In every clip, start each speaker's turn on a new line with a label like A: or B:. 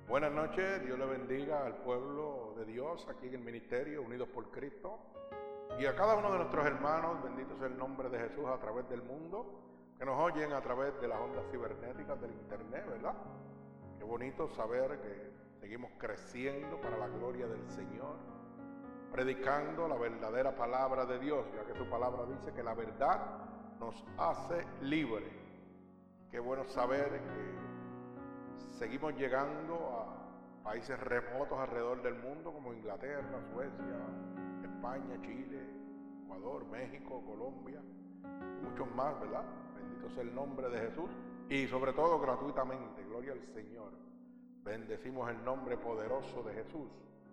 A: Buenas noches, Dios le bendiga al pueblo de Dios aquí en el ministerio Unidos por Cristo y a cada uno de nuestros hermanos, bendito sea el nombre de Jesús, a través del mundo, que nos oyen a través de las ondas cibernéticas del internet, ¿verdad? Qué bonito saber que seguimos creciendo para la gloria del Señor, predicando la verdadera palabra de Dios, ya que su palabra dice que la verdad nos hace libres. Qué bueno saber que seguimos llegando a países remotos alrededor del mundo como Inglaterra, Suecia, España, Chile, Ecuador, México, Colombia y muchos más, ¿verdad? Bendito sea el nombre de Jesús y sobre todo gratuitamente, gloria al Señor. Bendecimos el nombre poderoso de Jesús.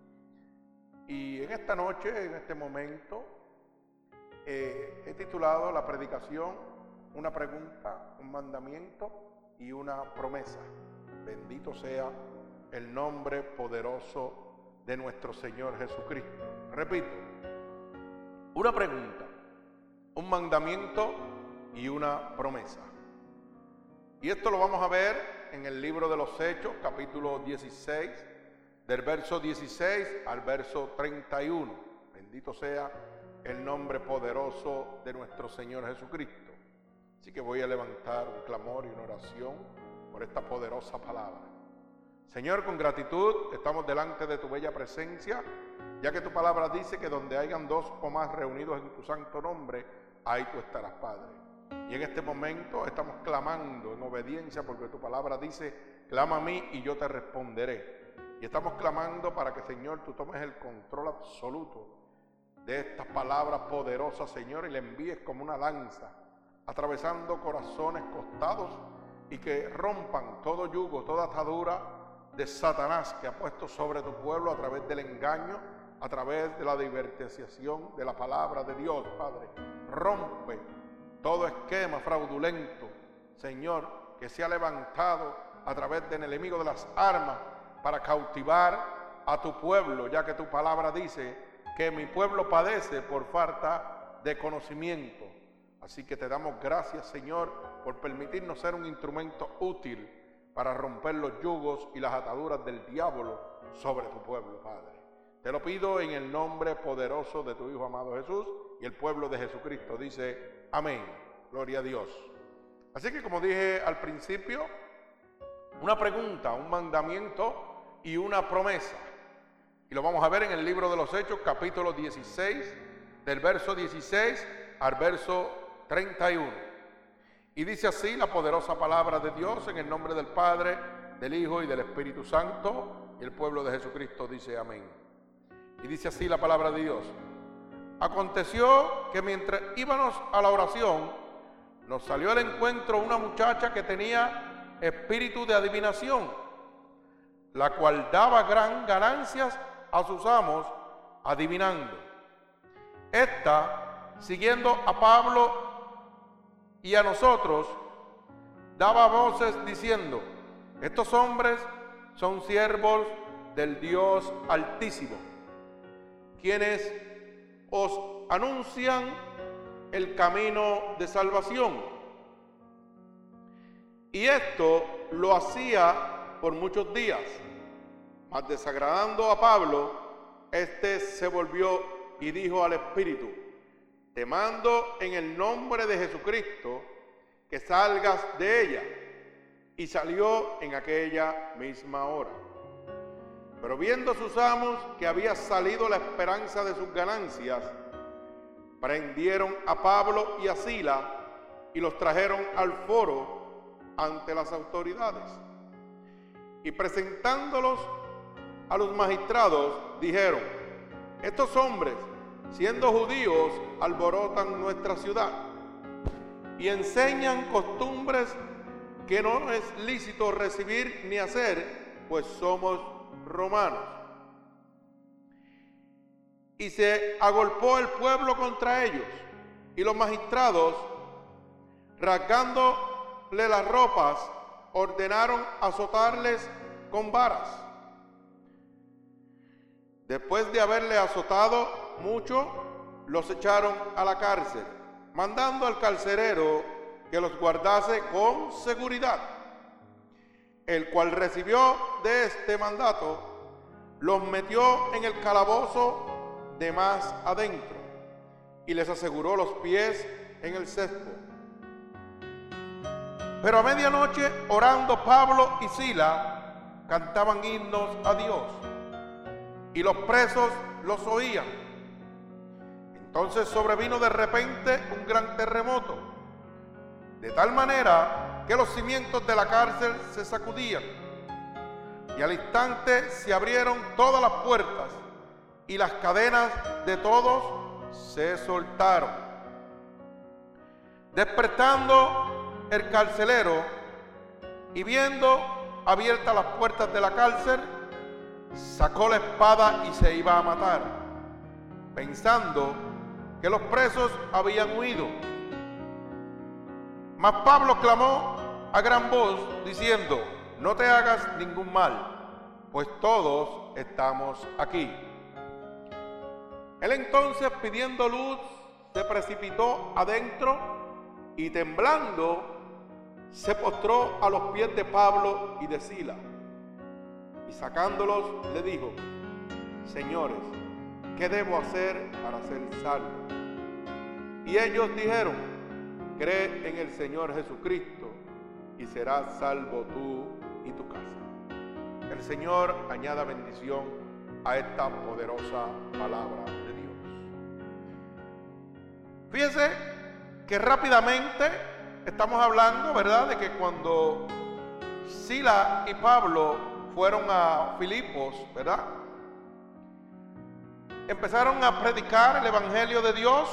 A: Y en esta noche, en este momento, he titulado la predicación una pregunta, un mandamiento y una promesa. Bendito sea el nombre poderoso de nuestro Señor Jesucristo. Repito, una pregunta, un mandamiento y una promesa. Y esto lo vamos a ver en el libro de los Hechos, capítulo 16, del verso 16 al verso 31. Bendito sea el nombre poderoso de nuestro Señor Jesucristo. Así que voy a levantar un clamor y una oración por esta poderosa palabra. Señor, con gratitud estamos delante de tu bella presencia, ya que tu palabra dice que donde hayan dos o más reunidos en tu santo nombre, ahí tú estarás, Padre. Y en este momento estamos clamando en obediencia, porque tu palabra dice, clama a mí y yo te responderé. Y estamos clamando para que, Señor, tú tomes el control absoluto de estas palabras poderosas, Señor, y le envíes como una lanza, atravesando corazones costados, y que rompan todo yugo, toda atadura de Satanás que ha puesto sobre tu pueblo a través del engaño, a través de la divertización de la palabra de Dios, Padre. Rompe todo esquema fraudulento, Señor, que se ha levantado a través del enemigo de las armas para cautivar a tu pueblo, ya que tu palabra dice que mi pueblo padece por falta de conocimiento. Así que te damos gracias, Señor, por permitirnos ser un instrumento útil para romper los yugos y las ataduras del diablo sobre tu pueblo, Padre. Te lo pido en el nombre poderoso de tu Hijo amado Jesús, y el pueblo de Jesucristo dice, amén, gloria a Dios. Así que, como dije al principio, una pregunta, un mandamiento y una promesa. Y lo vamos a ver en el libro de los Hechos, capítulo 16, del verso 16 al verso 31. Y dice así la poderosa palabra de Dios, en el nombre del Padre, del Hijo y del Espíritu Santo, y el pueblo de Jesucristo dice amén. Y dice así la palabra de Dios. Aconteció que mientras íbamos a la oración, nos salió al encuentro una muchacha que tenía espíritu de adivinación, la cual daba gran ganancias a sus amos adivinando. Esta, siguiendo a Pablo y a nosotros, daba voces diciendo, estos hombres son siervos del Dios Altísimo, quienes os anuncian el camino de salvación. Y esto lo hacía por muchos días, mas desagradando a Pablo, este se volvió y dijo al Espíritu, te mando en el nombre de Jesucristo que salgas de ella. Y salió en aquella misma hora. Pero viendo sus amos que había salido la esperanza de sus ganancias, prendieron a Pablo y a Silas y los trajeron al foro ante las autoridades. Y presentándolos a los magistrados, dijeron, estos hombres, siendo judíos, alborotan nuestra ciudad y enseñan costumbres que no es lícito recibir ni hacer, pues somos romanos. Y se agolpó el pueblo contra ellos, y los magistrados, rasgándole las ropas, ordenaron azotarles con varas. Después de haberle azotado mucho, los echaron a la cárcel, mandando al carcelero que los guardase con seguridad. el cual recibió de este mandato, los metió en el calabozo de más adentro y les aseguró los pies en el cepo. Pero a medianoche, orando Pablo y Silas, cantaban himnos a Dios, y los presos los oían. Entonces sobrevino de repente un gran terremoto, de tal manera que los cimientos de la cárcel se sacudían, y al instante se abrieron todas las puertas, y las cadenas de todos se soltaron. Despertando el carcelero y viendo abiertas las puertas de la cárcel, sacó la espada y se iba a matar, pensando que los presos habían huido. Mas Pablo clamó a gran voz, diciendo: no te hagas ningún mal, pues todos estamos aquí. Él entonces, pidiendo luz, se precipitó adentro y temblando se postró a los pies de Pablo y de Silas, y sacándolos le dijo: señores, ¿qué debo hacer para ser salvo? Y ellos dijeron: cree en el Señor Jesucristo y serás salvo tú y tu casa. El Señor añada bendición a esta poderosa palabra de Dios. Fíjese que rápidamente estamos hablando, ¿verdad?, de que cuando Silas y Pablo fueron a Filipos, ¿verdad?, empezaron a predicar el Evangelio de Dios,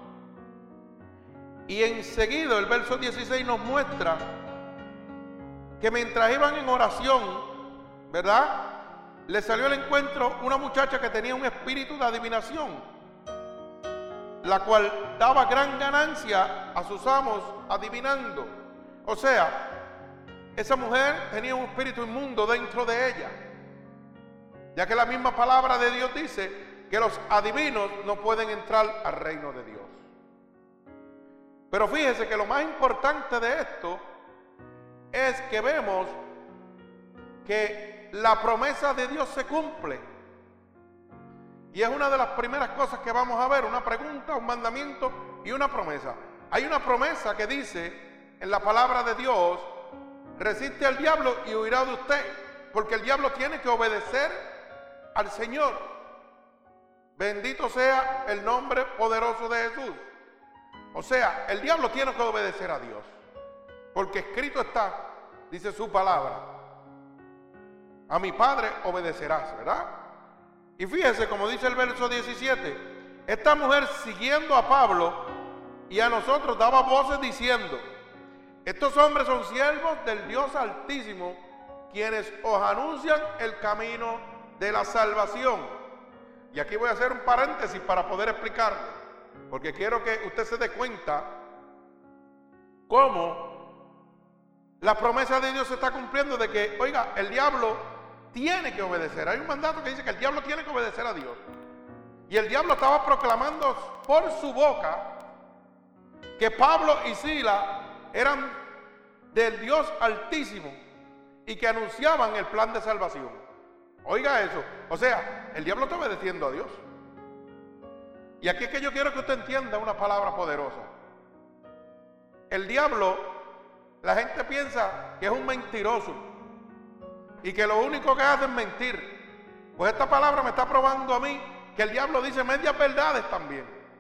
A: y enseguida el verso 16 nos muestra que mientras iban en oración, ¿verdad?, le salió al encuentro una muchacha que tenía un espíritu de adivinación, la cual daba gran ganancia a sus amos adivinando. O sea, esa mujer tenía un espíritu inmundo dentro de ella, ya que la misma palabra de Dios dice que los adivinos no pueden entrar al reino de Dios. Pero fíjese que lo más importante de esto es que vemos que la promesa de Dios se cumple. Y es una de las primeras cosas que vamos a ver: una pregunta, un mandamiento y una promesa. Hay una promesa que dice en la palabra de Dios: resiste al diablo y huirá de usted, porque el diablo tiene que obedecer al Señor. Bendito sea el nombre poderoso de Jesús. O sea, el diablo tiene que obedecer a Dios, porque escrito está, dice su palabra: a mi Padre obedecerás, ¿verdad? Y fíjese como dice el verso 17, esta mujer, siguiendo a Pablo y a nosotros, daba voces diciendo: estos hombres son siervos del Dios Altísimo, quienes os anuncian el camino de la salvación. Y aquí voy a hacer un paréntesis para poder explicarle, porque quiero que usted se dé cuenta cómo la promesa de Dios se está cumpliendo, de que, oiga, el diablo tiene que obedecer. Hay un mandato que dice que el diablo tiene que obedecer a Dios. Y el diablo estaba proclamando por su boca que Pablo y Silas eran del Dios Altísimo y que anunciaban el plan de salvación. Oiga eso. O sea, el diablo está obedeciendo a Dios. Y aquí es que yo quiero que usted entienda una palabra poderosa. El diablo, la gente piensa que es un mentiroso y que lo único que hace es mentir. Pues esta palabra me está probando a mí que el diablo dice medias verdades también.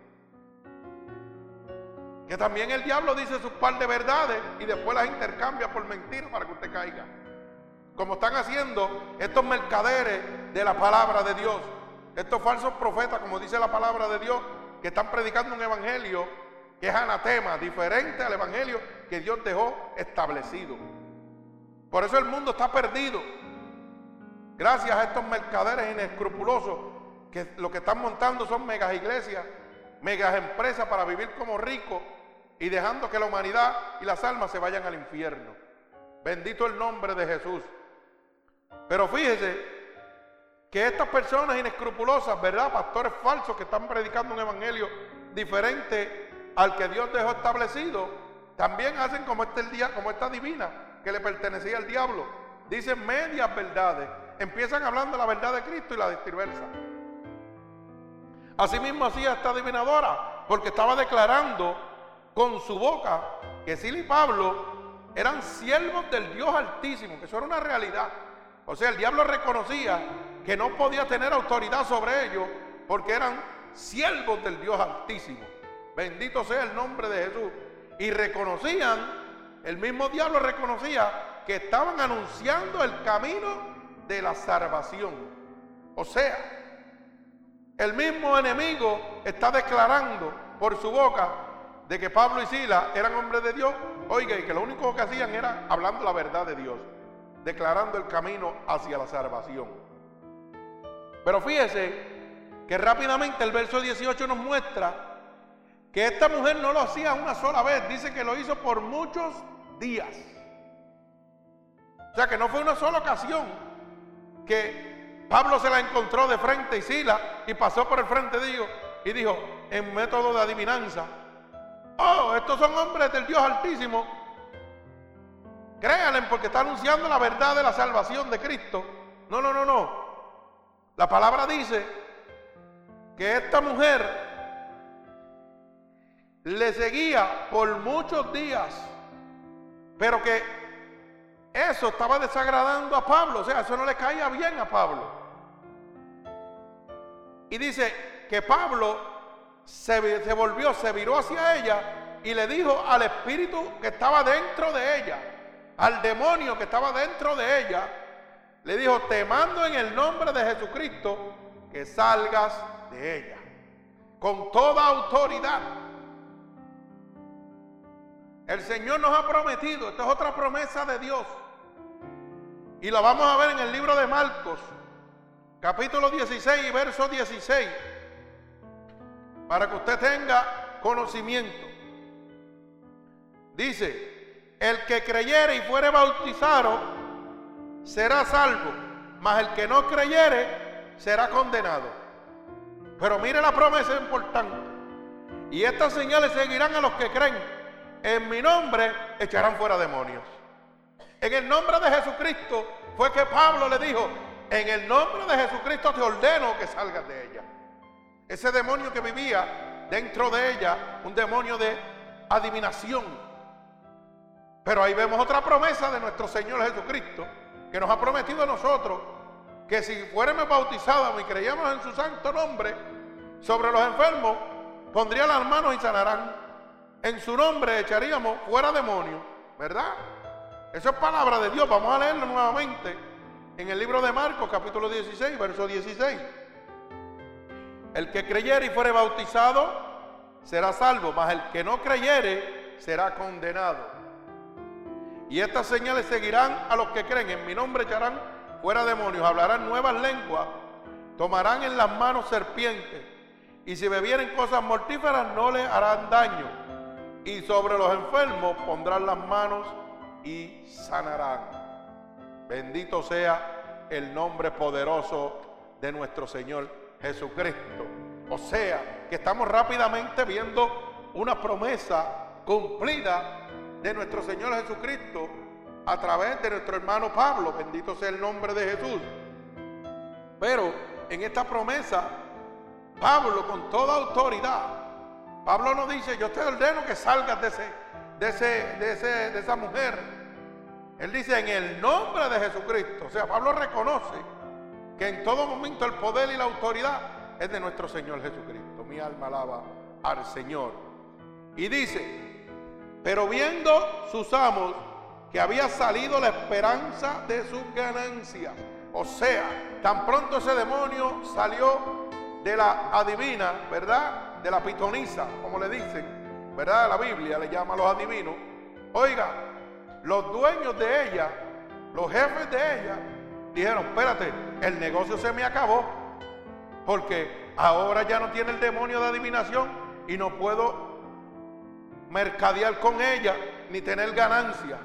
A: Que también el diablo dice sus par de verdades y después las intercambia por mentiras para que usted caiga. Como están haciendo estos mercaderes de la palabra de Dios. Estos falsos profetas, como dice la palabra de Dios, que están predicando un evangelio que es anatema, diferente al evangelio que Dios dejó establecido. Por eso el mundo está perdido, gracias a estos mercaderes inescrupulosos que lo que están montando son megas iglesias, megas empresas para vivir como ricos y dejando que la humanidad y las almas se vayan al infierno. Bendito el nombre de Jesús. Pero fíjese que estas personas inescrupulosas, ¿verdad?, pastores falsos que están predicando un evangelio diferente al que Dios dejó establecido, también hacen como esta divina que le pertenecía al diablo. dicen medias verdades. Empiezan hablando la verdad de Cristo y la tergiversa. Asimismo hacía esta adivinadora, porque estaba declarando con su boca que Silas y Pablo eran siervos del Dios Altísimo, que eso era una realidad. O sea, el diablo reconocía que no podía tener autoridad sobre ellos porque eran siervos del Dios Altísimo. Bendito sea el nombre de Jesús. Y reconocían, el mismo diablo reconocía que estaban anunciando el camino de la salvación. O sea, el mismo enemigo está declarando por su boca de que Pablo y Silas eran hombres de Dios. Oiga, y que lo único que hacían era hablando la verdad de Dios, declarando el camino hacia la salvación. Pero fíjese que rápidamente el verso 18 nos muestra que esta mujer no lo hacía una sola vez, dice que lo hizo por muchos días. O sea que no fue una sola ocasión que Pablo se la encontró de frente y Silas y pasó por el frente de ellos y dijo en método de adivinanza: oh, estos son hombres del Dios Altísimo, créanle porque está anunciando la verdad de la salvación de Cristo. No. La palabra dice que esta mujer le seguía por muchos días, pero que eso estaba desagradando a Pablo, o sea, eso no le caía bien a Pablo. Y dice que Pablo se viró hacia ella y le dijo al espíritu que estaba dentro de ella, al demonio que estaba dentro de ella, le dijo: te mando en el nombre de Jesucristo que salgas de ella, con toda autoridad. El Señor nos ha prometido, esta es otra promesa de Dios, y la vamos a ver en el libro de Marcos, capítulo 16, verso 16, para que usted tenga conocimiento. Dice: el que creyere y fuere bautizado será salvo, mas el que no creyere será condenado. Pero mire la promesa importante: y estas señales seguirán a los que creen. En mi nombre echarán fuera demonios. En el nombre de Jesucristo fue que Pablo le dijo: en el nombre de Jesucristo te ordeno que salgas de ella. Ese demonio que vivía dentro de ella, un demonio de adivinación. Pero ahí vemos otra promesa de nuestro Señor Jesucristo, que nos ha prometido a nosotros que si fuéramos bautizados y creyéramos en su santo nombre, sobre los enfermos pondría las manos y sanarán. En su nombre echaríamos fuera demonios, ¿verdad? Eso es palabra de Dios. Vamos a leerlo nuevamente en el libro de Marcos, capítulo 16, verso 16. El que creyere y fuere bautizado será salvo, mas el que no creyere será condenado. Y estas señales seguirán a los que creen. En mi nombre echarán fuera demonios, hablarán nuevas lenguas, tomarán en las manos serpientes, y si bebieren cosas mortíferas no les harán daño. Y sobre los enfermos pondrán las manos y sanarán. Bendito sea el nombre poderoso de nuestro Señor Jesucristo. O sea, que estamos rápidamente viendo una promesa cumplida de nuestro Señor Jesucristo a través de nuestro hermano Pablo. Bendito sea el nombre de Jesús. Pero en esta promesa, Pablo, con toda autoridad, Pablo no dice: yo te ordeno que salgas de esa mujer. Él dice: en el nombre de Jesucristo. O sea, Pablo reconoce que en todo momento el poder y la autoridad es de nuestro Señor Jesucristo. Mi alma alaba al Señor. Y dice: pero viendo sus amos que había salido la esperanza de sus ganancias. O sea, tan pronto ese demonio salió de la adivina, ¿verdad?, de la pitonisa, como le dicen, ¿verdad? La Biblia le llama a los adivinos. Oiga, los dueños de ella, los jefes de ella, dijeron: espérate, el negocio se me acabó, porque ahora ya no tiene el demonio de adivinación y no puedo mercadear con ella ni tener ganancia.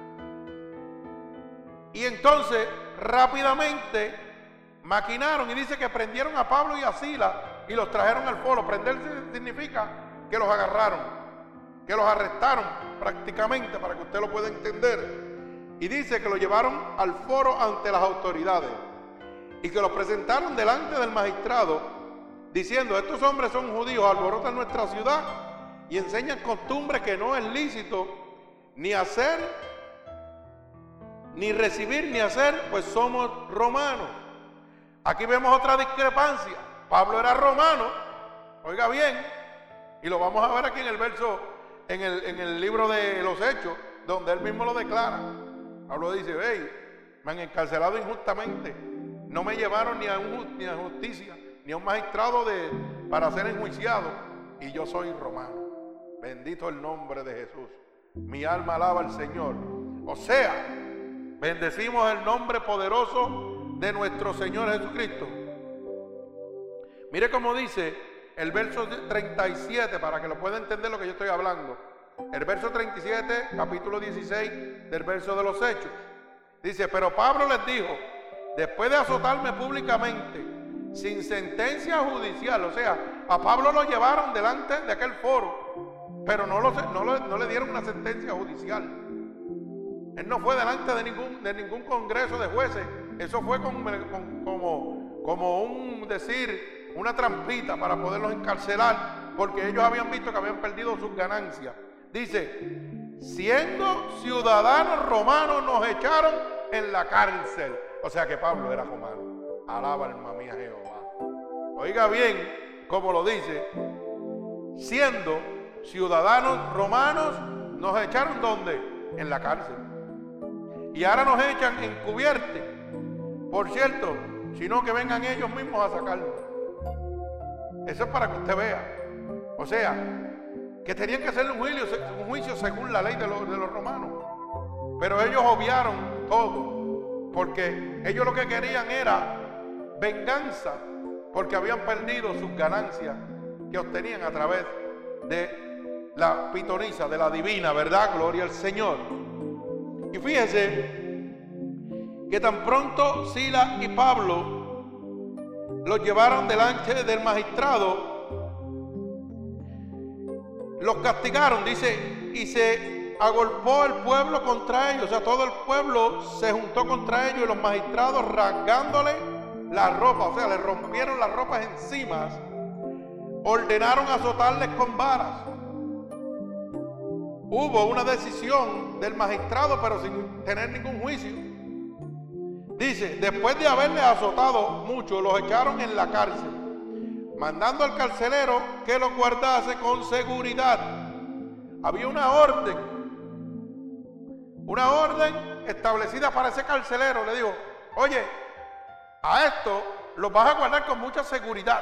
A: Y entonces rápidamente maquinaron, y dice que prendieron a Pablo y a Silas y los trajeron al foro. Prender significa que los agarraron, que los arrestaron prácticamente, para que usted lo pueda entender. Y dice que lo llevaron al foro ante las autoridades y que los presentaron delante del magistrado diciendo: estos hombres son judíos, alborotan nuestra ciudad y enseñan costumbres que no es lícito ni hacer, ni recibir, ni hacer, pues somos romanos. Aquí vemos otra discrepancia. Pablo era romano, oiga bien, y lo vamos a ver aquí en el verso, en el libro de los Hechos, donde él mismo lo declara. Pablo dice: hey, me han encarcelado injustamente, no me llevaron ni a justicia, ni a un magistrado para ser enjuiciado, y yo soy romano. Bendito el nombre de Jesús. Mi alma alaba al Señor. O sea, bendecimos el nombre poderoso de nuestro Señor Jesucristo. Mire cómo dice el verso 37, para que lo pueda entender lo que yo estoy hablando. El verso 37, capítulo 16 del verso de los Hechos. Dice: pero Pablo les dijo, después de azotarme públicamente, sin sentencia judicial, o sea, a Pablo lo llevaron delante de aquel foro, pero no le dieron una sentencia judicial. Él no fue delante de ningún congreso de jueces. Eso fue como un decir, una trampita para poderlos encarcelar, porque ellos habían visto que habían perdido sus ganancias. Dice: siendo ciudadanos romanos nos echaron en la cárcel. O sea que Pablo era romano. Alaba alma mía Jehová. Oiga bien como lo dice: siendo ciudadanos romanos nos echaron ¿dónde? En la cárcel. Y ahora nos echan encubiertos. Por cierto, sino que vengan ellos mismos a sacarnos. Eso es para que usted vea. O sea, que tenían que hacerle un juicio según la ley de los romanos. Pero ellos obviaron todo, porque ellos lo que querían era venganza, porque habían perdido sus ganancias que obtenían a través de la pitonisa, de la divina, ¿verdad? Gloria al Señor. Y fíjese que tan pronto Silas y Pablo los llevaron delante del magistrado, los castigaron, dice, y se agolpó el pueblo contra ellos. O sea, todo el pueblo se juntó contra ellos, y los magistrados, rasgándole la ropa, o sea, le rompieron las ropas encima, ordenaron azotarles con varas. Hubo una decisión del magistrado, pero sin tener ningún juicio. Dice: después de haberles azotado mucho, los echaron en la cárcel, mandando al carcelero que los guardase con seguridad. Había una orden establecida para ese carcelero. Le digo: oye, a esto los vas a guardar con mucha seguridad.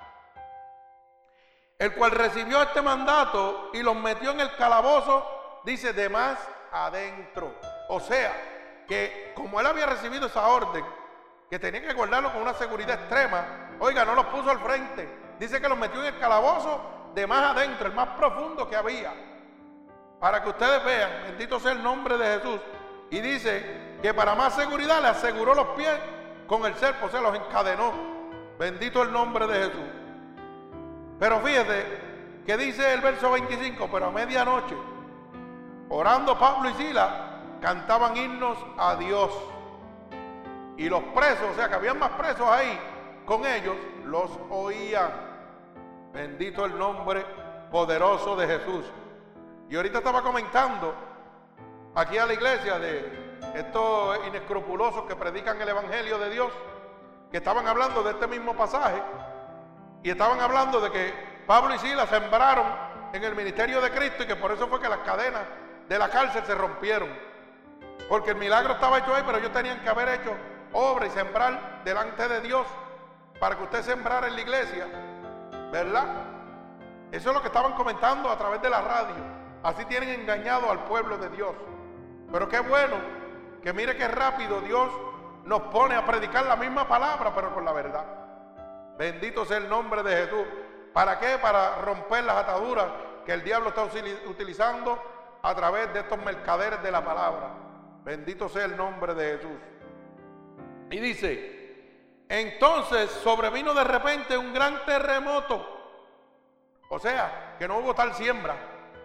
A: El cual recibió este mandato y los metió en el calabozo, dice, de más adentro. O sea, que como él había recibido esa orden, que tenía que guardarlo con una seguridad extrema, oiga, no los puso al frente. Dice que los metió en el calabozo de más adentro, el más profundo que había. Para que ustedes vean, bendito sea el nombre de Jesús. Y dice que para más seguridad le aseguró los pies con el cerco, o sea, los encadenó. Bendito el nombre de Jesús. Pero fíjate que dice el verso 25: pero a medianoche, orando Pablo y Silas, cantaban himnos a Dios. Y los presos, o sea que habían más presos ahí con ellos, los oían. Bendito el nombre poderoso de Jesús. Y ahorita estaba comentando aquí a la iglesia de estos inescrupulosos que predican el evangelio de Dios, que estaban hablando de este mismo pasaje. Y estaban hablando de que Pablo y Silas sembraron en el ministerio de Cristo, y que por eso fue que las cadenas de la cárcel se rompieron. Porque el milagro estaba hecho ahí, pero ellos tenían que haber hecho obra y sembrar delante de Dios para que usted sembrara en la iglesia, ¿verdad? Eso es lo que estaban comentando a través de la radio. Así tienen engañado al pueblo de Dios. Pero qué bueno que mire qué rápido Dios nos pone a predicar la misma palabra, pero con la verdad. Bendito sea el nombre de Jesús. ¿Para qué? Para romper las ataduras que el diablo está utilizando a través de estos mercaderes de la palabra. Bendito sea el nombre de Jesús. Y dice: entonces sobrevino de repente un gran terremoto. O sea, que no hubo tal siembra.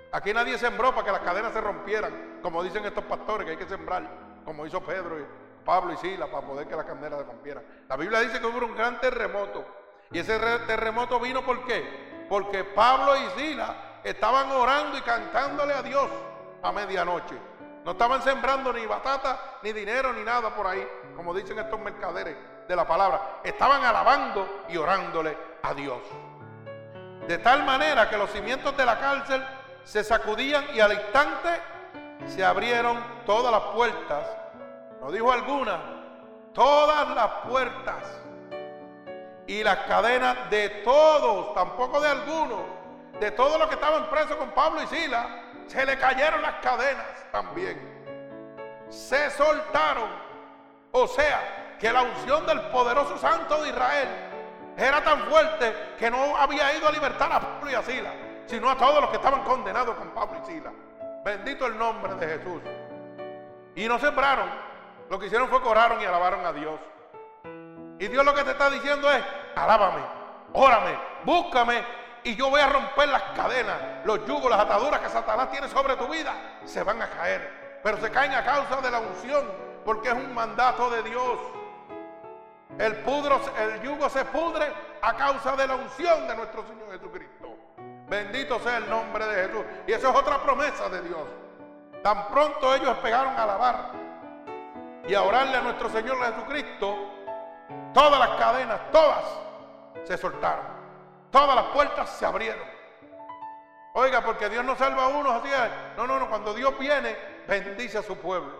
A: Aquí nadie sembró para que las cadenas se rompieran, como dicen estos pastores, que hay que sembrar, como hizo Pedro y Pablo y Silas, para poder que las cadenas se rompieran. La Biblia dice que hubo un gran terremoto. Y ese terremoto vino ¿por qué? Porque Pablo y Silas estaban orando y cantándole a Dios a medianoche. No estaban sembrando ni batata, ni dinero, ni nada por ahí, como dicen estos mercaderes de la palabra. Estaban alabando y orándole a Dios. De tal manera que los cimientos de la cárcel se sacudían y al instante se abrieron todas las puertas. No dijo algunas, todas las puertas. Y las cadenas de todos, tampoco de algunos, de todos los que estaban presos con Pablo y Silas, se le cayeron las cadenas también. Se soltaron. O sea, que la unción del poderoso Santo de Israel era tan fuerte que no había ido a libertar a Pablo y a Silas, sino a todos los que estaban condenados con Pablo y Silas. Bendito el nombre de Jesús. Y no sembraron, lo que hicieron fue que oraron y alabaron a Dios. Y Dios lo que te está diciendo es, alábame, órame, búscame, y yo voy a romper las cadenas, los yugos, las ataduras que Satanás tiene sobre tu vida, se van a caer. Pero se caen a causa de la unción, porque es un mandato de Dios. El yugo se pudre a causa de la unción de nuestro Señor Jesucristo. Bendito sea el nombre de Jesús. Y eso es otra promesa de Dios. Tan pronto ellos pegaron a alabar y a orarle a nuestro Señor Jesucristo, todas las cadenas, todas se soltaron. Todas las puertas se abrieron. Oiga, porque Dios no salva a unos así. No. Cuando Dios viene, bendice a su pueblo.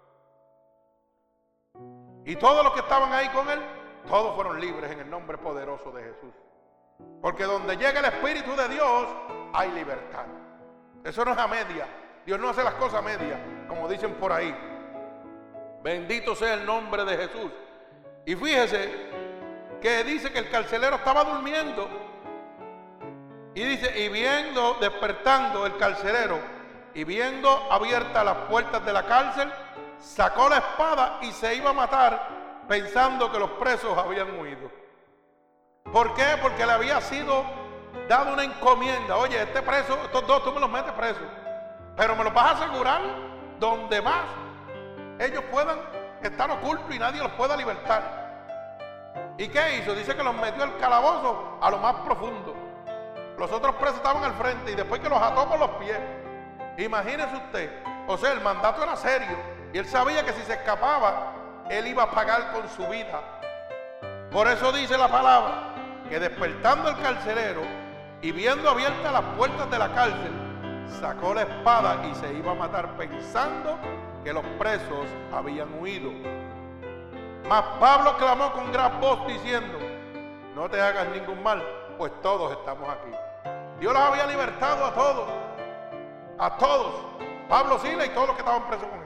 A: Y todos los que estaban ahí con Él, todos fueron libres en el nombre poderoso de Jesús. Porque donde llega el Espíritu de Dios, hay libertad. Eso no es a media. Dios no hace las cosas a media, como dicen por ahí. Bendito sea el nombre de Jesús. Y fíjese que dice que el carcelero estaba durmiendo. Y dice, y viendo, despertando el carcelero, y viendo abiertas las puertas de la cárcel, sacó la espada y se iba a matar, pensando que los presos habían huido. ¿Por qué? Porque le había sido dado una encomienda. Oye, este preso, estos dos tú me los metes presos, pero me los vas a asegurar donde más ellos puedan estar ocultos y nadie los pueda libertar. ¿Y qué hizo? Dice que los metió al calabozo a lo más profundo. Los otros presos estaban al frente y después que los ató por los pies. Imagínese usted, o sea, el mandato era serio y él sabía que si se escapaba, él iba a pagar con su vida. Por eso dice la palabra, que despertando el carcelero y viendo abiertas las puertas de la cárcel, sacó la espada y se iba a matar pensando que los presos habían huido. Mas Pablo clamó con gran voz diciendo, no te hagas ningún mal, pues todos estamos aquí. Dios los había libertado a todos, Pablo, Silas y todos los que estaban presos con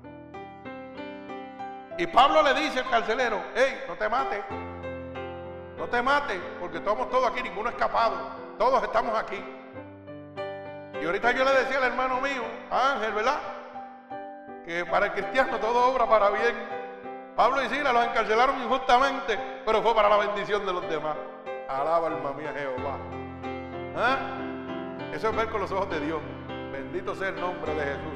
A: él. Y Pablo le dice al carcelero, hey, no te mates, porque estamos todos aquí, ninguno escapado, todos estamos aquí. Y ahorita yo le decía al hermano mío, Ángel, ¿verdad? Que para el cristiano todo obra para bien. Pablo y Silas los encarcelaron injustamente, pero fue para la bendición de los demás. Alaba alma mía Jehová. Eso es ver con los ojos de Dios. Bendito sea el nombre de Jesús.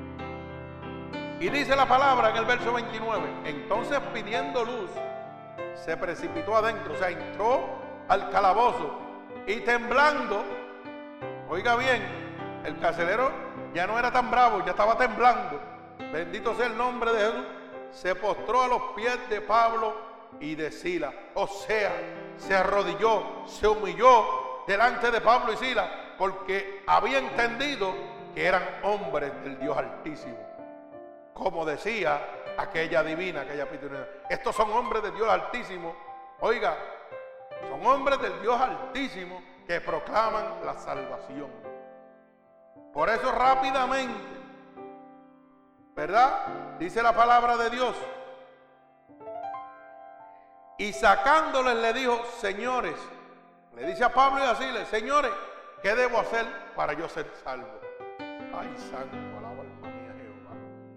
A: Y dice la palabra en el verso 29, entonces pidiendo luz, se precipitó adentro, o sea, entró al calabozo y temblando, oiga bien, el carcelero ya no era tan bravo, ya estaba temblando. Bendito sea el nombre de Jesús. Se postró a los pies de Pablo y de Silas, o sea, se arrodilló, se humilló delante de Pablo y Silas, porque había entendido que eran hombres del Dios Altísimo. Como decía aquella divina, aquella pitoniana, estos son hombres del Dios Altísimo. Oiga, son hombres del Dios Altísimo que proclaman la salvación. Por eso rápidamente, ¿verdad? Dice la palabra de Dios. Y sacándoles le dijo, señores, le dice a Pablo y a Silas, señores, ¿qué debo hacer para yo ser salvo? Ay, santo, alaba alma mía Jehová.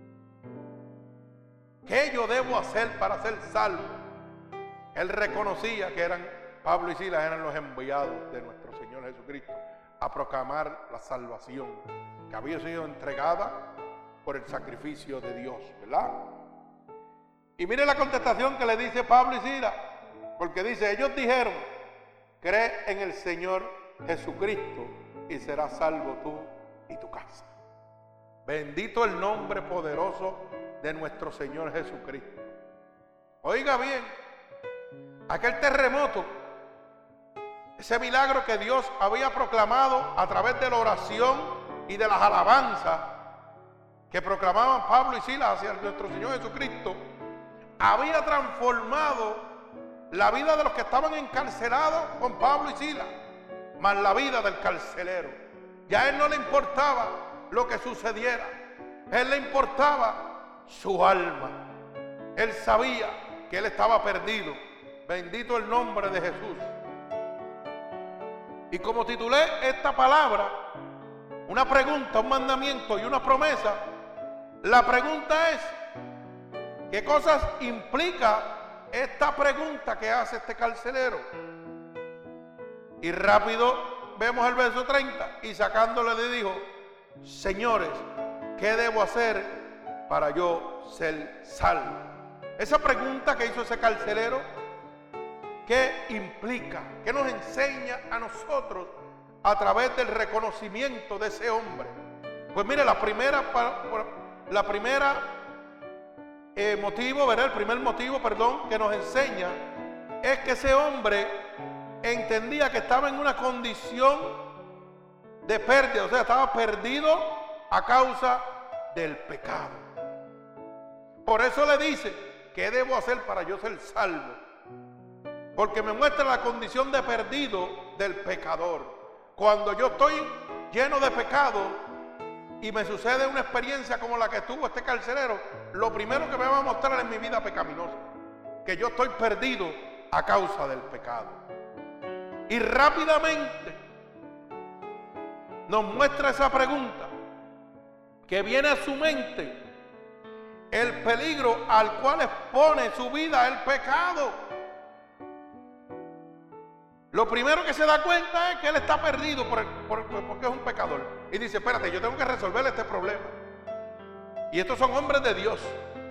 A: ¿Qué yo debo hacer para ser salvo? Él reconocía que Pablo y Silas eran los enviados de nuestro Señor Jesucristo a proclamar la salvación que había sido entregada por el sacrificio de Dios, ¿verdad? Y mire la contestación que le dice Pablo y Silas, porque dice, ellos dijeron, cree en el Señor Jesucristo y serás salvo tú y tu casa. Bendito el nombre poderoso de nuestro Señor Jesucristo. Oiga bien, aquel terremoto, ese milagro que Dios había proclamado a través de la oración y de las alabanzas que proclamaban Pablo y Silas hacia nuestro Señor Jesucristo, había transformado la vida de los que estaban encarcelados con Pablo y Silas, más la vida del carcelero. Ya a él no le importaba lo que sucediera, a él le importaba su alma. Él sabía que él estaba perdido. Bendito el nombre de Jesús. Y como titulé esta palabra, una pregunta, un mandamiento y una promesa, la pregunta es, ¿qué cosas implica esta pregunta que hace este carcelero? Y rápido vemos el verso 30, y sacándole le dijo, señores, ¿qué debo hacer para yo ser salvo? Esa pregunta que hizo ese carcelero, ¿qué implica? ¿Qué nos enseña a nosotros a través del reconocimiento de ese hombre? Pues mire, el primer motivo que nos enseña es que ese hombre entendía que estaba en una condición de pérdida, o sea, estaba perdido a causa del pecado. Por eso le dice, ¿qué debo hacer para yo ser salvo? Porque me muestra la condición de perdido del pecador. Cuando yo estoy lleno de pecado y me sucede una experiencia como la que tuvo este carcelero, lo primero que me va a mostrar es mi vida pecaminosa, que yo estoy perdido a causa del pecado. Y rápidamente nos muestra esa pregunta que viene a su mente, el peligro al cual expone su vida el pecado. Lo primero que se da cuenta es que él está perdido porque es un pecador. Y dice, espérate, yo tengo que resolver este problema. Y estos son hombres de Dios.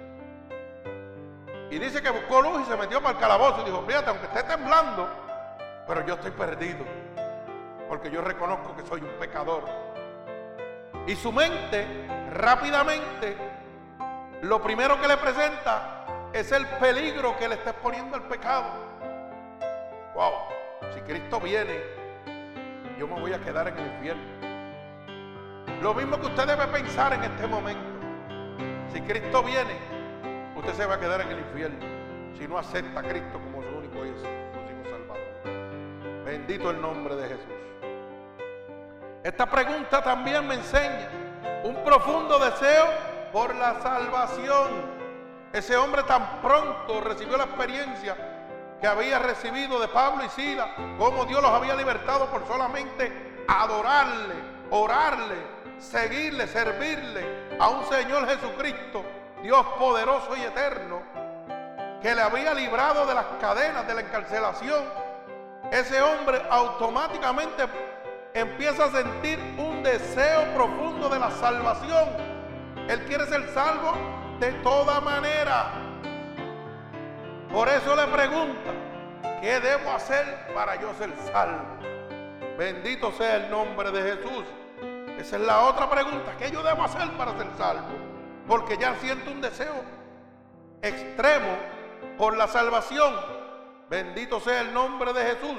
A: Y dice que buscó luz y se metió para el calabozo y dijo, fíjate, aunque esté temblando, pero yo estoy perdido, porque yo reconozco que soy un pecador. Y su mente, rápidamente, lo primero que le presenta es el peligro que le está exponiendo al pecado. Wow. Si Cristo viene, yo me voy a quedar en el infierno. Lo mismo que usted debe pensar en este momento. Si Cristo viene, usted se va a quedar en el infierno si no acepta a Cristo como su único y exclusivo Salvador. Bendito el nombre de Jesús. Esta pregunta también me enseña un profundo deseo por la salvación. Ese hombre tan pronto recibió la experiencia que había recibido de Pablo y Silas, cómo Dios los había libertado por solamente adorarle, orarle, seguirle, servirle a un Señor Jesucristo, Dios poderoso y eterno, que le había librado de las cadenas de la encarcelación. Ese hombre automáticamente empieza a sentir un deseo profundo de la salvación. Él quiere ser salvo de toda manera. Por eso le pregunta, ¿qué debo hacer para yo ser salvo? Bendito sea el nombre de Jesús. Esa es la otra pregunta, ¿qué yo debo hacer para ser salvo? Porque ya siento un deseo extremo por la salvación. Bendito sea el nombre de Jesús.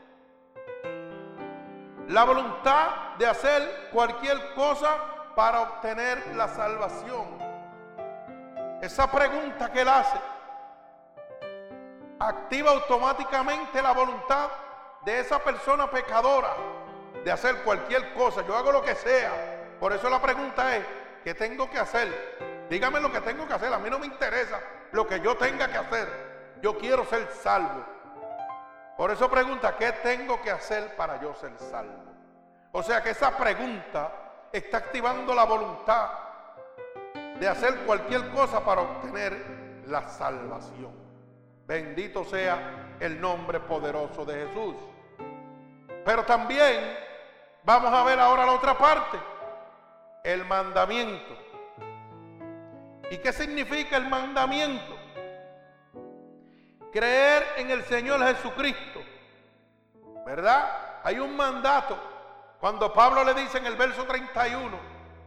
A: La voluntad de hacer cualquier cosa para obtener la salvación. Esa pregunta que él hace activa automáticamente la voluntad de esa persona pecadora de hacer cualquier cosa. Yo hago lo que sea. Por eso la pregunta es, ¿qué tengo que hacer? Dígame lo que tengo que hacer. A mí no me interesa lo que yo tenga que hacer. Yo quiero ser salvo. Por eso pregunta, ¿qué tengo que hacer para yo ser salvo? O sea que esa pregunta está activando la voluntad de hacer cualquier cosa para obtener la salvación. Bendito sea el nombre poderoso de Jesús. Pero también vamos a ver ahora la otra parte, el mandamiento. ¿Y qué significa el mandamiento? Creer en el Señor Jesucristo, ¿verdad? Hay un mandato. Cuando Pablo le dice en el verso 31,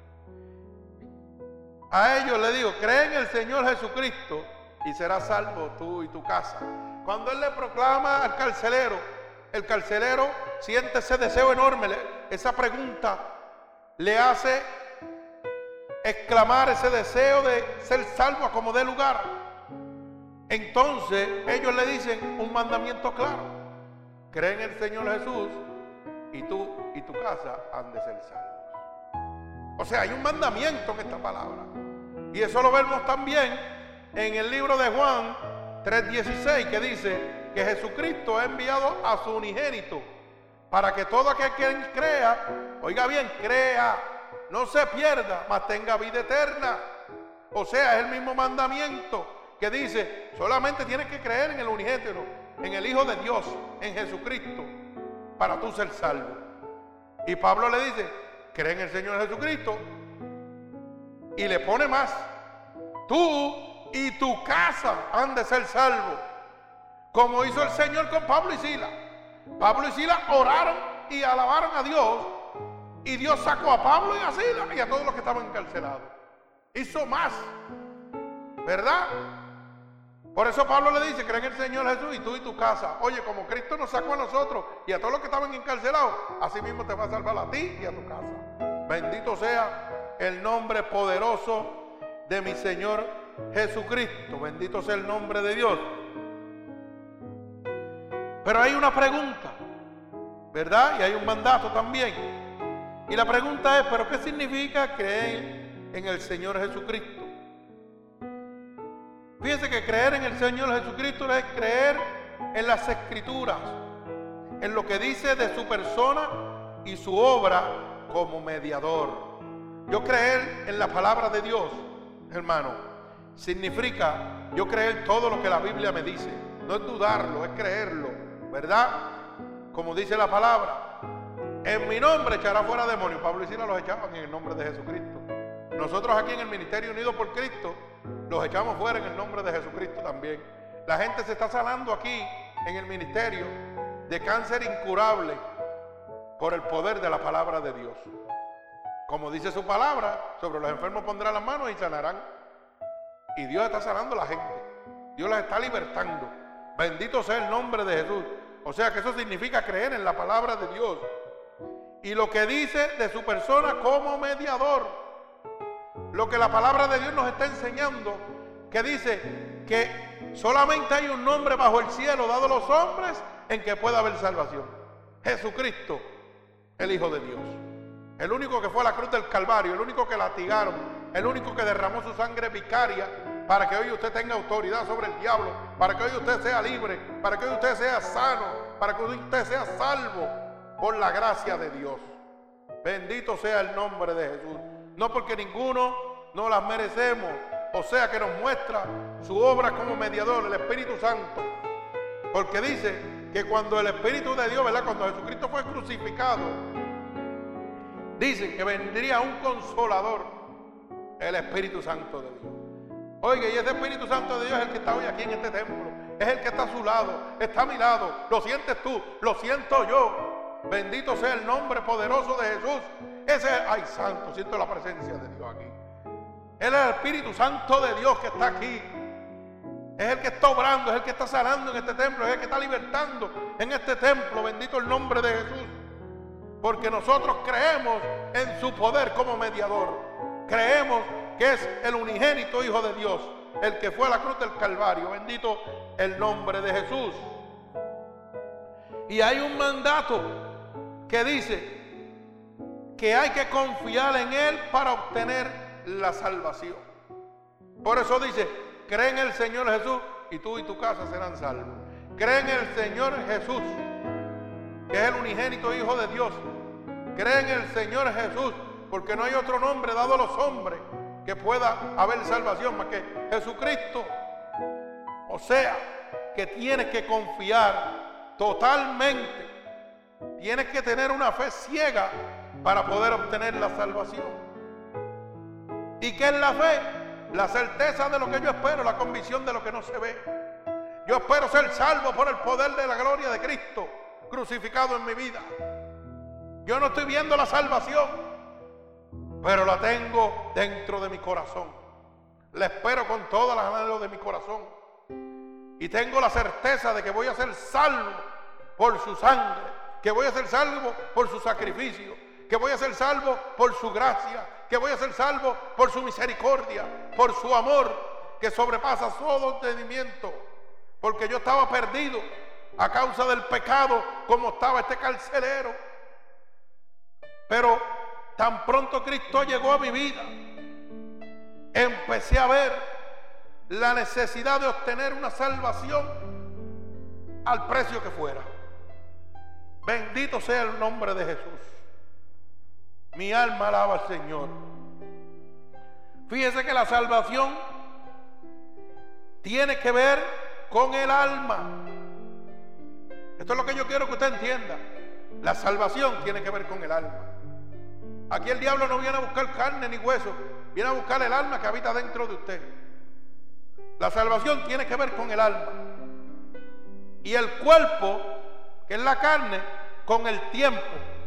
A: a ellos le digo, cree en el Señor Jesucristo y serás salvo tú y tu casa. Cuando él le proclama al carcelero, el carcelero siente ese deseo enorme, esa pregunta le hace exclamar ese deseo de ser salvo a como dé lugar. Entonces ellos le dicen un mandamiento claro: cree en el Señor Jesús y tú y tu casa han de ser salvos. O sea, hay un mandamiento en esta palabra, y eso lo vemos también en el libro de Juan 3:16, que dice que Jesucristo ha enviado a su unigénito para que todo aquel que crea, oiga bien, crea, no se pierda, mas tenga vida eterna. O sea, es el mismo mandamiento que dice, solamente tienes que creer en el unigénito, en el Hijo de Dios, en Jesucristo, para tú ser salvo. Y Pablo le dice, cree en el Señor Jesucristo, y le pone más, tú y tu casa han de ser salvos, como hizo el Señor con Pablo y Silas. Pablo y Silas oraron y alabaron a Dios, y Dios sacó a Pablo y a Silas y a todos los que estaban encarcelados. Hizo más, ¿verdad? Por eso Pablo le dice, cree en el Señor Jesús y tú y tu casa. Oye, como Cristo nos sacó a nosotros y a todos los que estaban encarcelados, así mismo te va a salvar a ti y a tu casa. Bendito sea el nombre poderoso de mi Señor Jesucristo. Bendito sea el nombre de Dios. Pero hay una pregunta, ¿verdad? Y hay un mandato también. Y la pregunta es, ¿pero qué significa creer en el Señor Jesucristo? Fíjense que creer en el Señor Jesucristo es creer en las Escrituras, en lo que dice de su persona y su obra como mediador. Yo creer en la palabra de Dios, hermano, significa yo creer todo lo que la Biblia me dice. No es dudarlo, es creerlo, ¿verdad? Como dice la palabra, en mi nombre echará fuera demonios. Pablo y Silas los echaban en el nombre de Jesucristo. Nosotros aquí en el Ministerio Unido por Cristo los echamos fuera en el nombre de Jesucristo también. La gente se está sanando aquí en el ministerio de cáncer incurable por el poder de la palabra de Dios. Como dice su palabra, sobre los enfermos pondrá las manos y sanarán. Y Dios está sanando a la gente. Dios las está libertando. Bendito sea el nombre de Jesús. O sea que eso significa creer en la palabra de Dios y lo que dice de su persona como mediador. Lo que la palabra de Dios nos está enseñando, que dice que solamente hay un nombre bajo el cielo dado a los hombres en que pueda haber salvación: Jesucristo, el Hijo de Dios, el único que fue a la cruz del Calvario, el único que latigaron, el único que derramó su sangre vicaria para que hoy usted tenga autoridad sobre el diablo, para que hoy usted sea libre, para que hoy usted sea sano, para que hoy usted sea salvo por la gracia de Dios. Bendito sea el nombre de Jesús. No porque ninguno no las merecemos. O sea que nos muestra su obra como mediador, el Espíritu Santo. Porque dice que cuando el Espíritu de Dios, ¿verdad? Cuando Jesucristo fue crucificado, dice que vendría un consolador, el Espíritu Santo de Dios. Oiga, y ese Espíritu Santo de Dios es el que está hoy aquí en este templo. Es el que está a su lado, está a mi lado. Lo sientes tú, lo siento yo. Bendito sea el nombre poderoso de Jesús. Ese, ay santo, siento la presencia de Dios aquí. Él es el Espíritu Santo de Dios que está aquí. Es el que está obrando, es el que está sanando en este templo, es el que está libertando en este templo. Bendito el nombre de Jesús. Porque nosotros creemos en su poder como mediador. Creemos que es el unigénito Hijo de Dios, el que fue a la cruz del Calvario. Bendito el nombre de Jesús. Y hay un mandato que dice que hay que confiar en Él para obtener la salvación. Por eso dice, cree en el Señor Jesús y tú y tu casa serán salvos. Cree en el Señor Jesús, que es el unigénito Hijo de Dios. Cree en el Señor Jesús, porque no hay otro nombre dado a los hombres que pueda haber salvación más que Jesucristo. O sea, que tienes que confiar totalmente Tienes que tener una fe ciega para poder obtener la salvación. ¿Y qué es la fe? La certeza de lo que yo espero, la convicción de lo que no se ve. Yo espero ser salvo por el poder de la gloria de Cristo crucificado en mi vida. Yo no estoy viendo la salvación, pero la tengo dentro de mi corazón. La espero con todas las anhelos de mi corazón. Y tengo la certeza de que voy a ser salvo por su sangre, que voy a ser salvo por su sacrificio, que voy a ser salvo por su gracia, que voy a ser salvo por su misericordia, por su amor que sobrepasa todo entendimiento. Porque yo estaba perdido a causa del pecado, como estaba este carcelero. Pero tan pronto Cristo llegó a mi vida, empecé a ver la necesidad de obtener una salvación al precio que fuera. Bendito sea el nombre de Jesús. Mi alma alaba al Señor. Fíjese que la salvación tiene que ver con el alma. Esto es lo que yo quiero que usted entienda. La salvación tiene que ver con el alma. Aquí el diablo no viene a buscar carne ni hueso, viene a buscar el alma que habita dentro de usted. La salvación tiene que ver con el alma. Y el cuerpo, que es la carne, con el tiempo.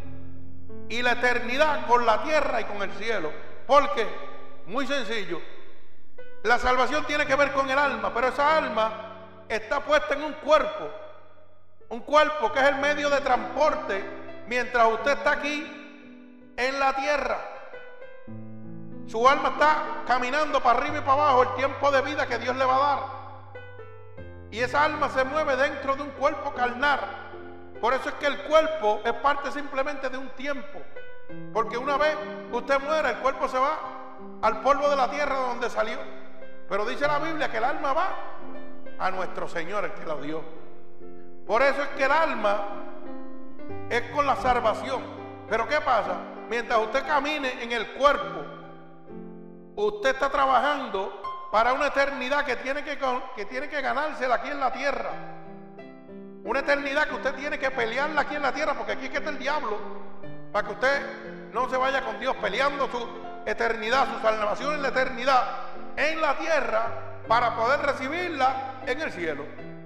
A: Y la eternidad con la tierra y con el cielo. Porque, muy sencillo, la salvación tiene que ver con el alma, pero esa alma está puesta en un cuerpo que es el medio de transporte mientras usted está aquí en la tierra. Su alma está caminando para arriba y para abajo el tiempo de vida que Dios le va a dar. Y esa alma se mueve dentro de un cuerpo carnal. Por eso es que el cuerpo es parte simplemente de un tiempo. Porque una vez usted muere, el cuerpo se va al polvo de la tierra de donde salió. Pero dice la Biblia que el alma va a nuestro Señor, el que la dio. Por eso es que el alma es con la salvación. Pero ¿qué pasa? Mientras usted camine en el cuerpo, usted está trabajando para una eternidad que tiene que ganársela aquí en la tierra. Una eternidad que usted tiene que pelearla aquí en la tierra, porque aquí es que está el diablo, para que usted no se vaya con Dios peleando su eternidad, su salvación en la eternidad, en la tierra, para poder recibirla en el cielo.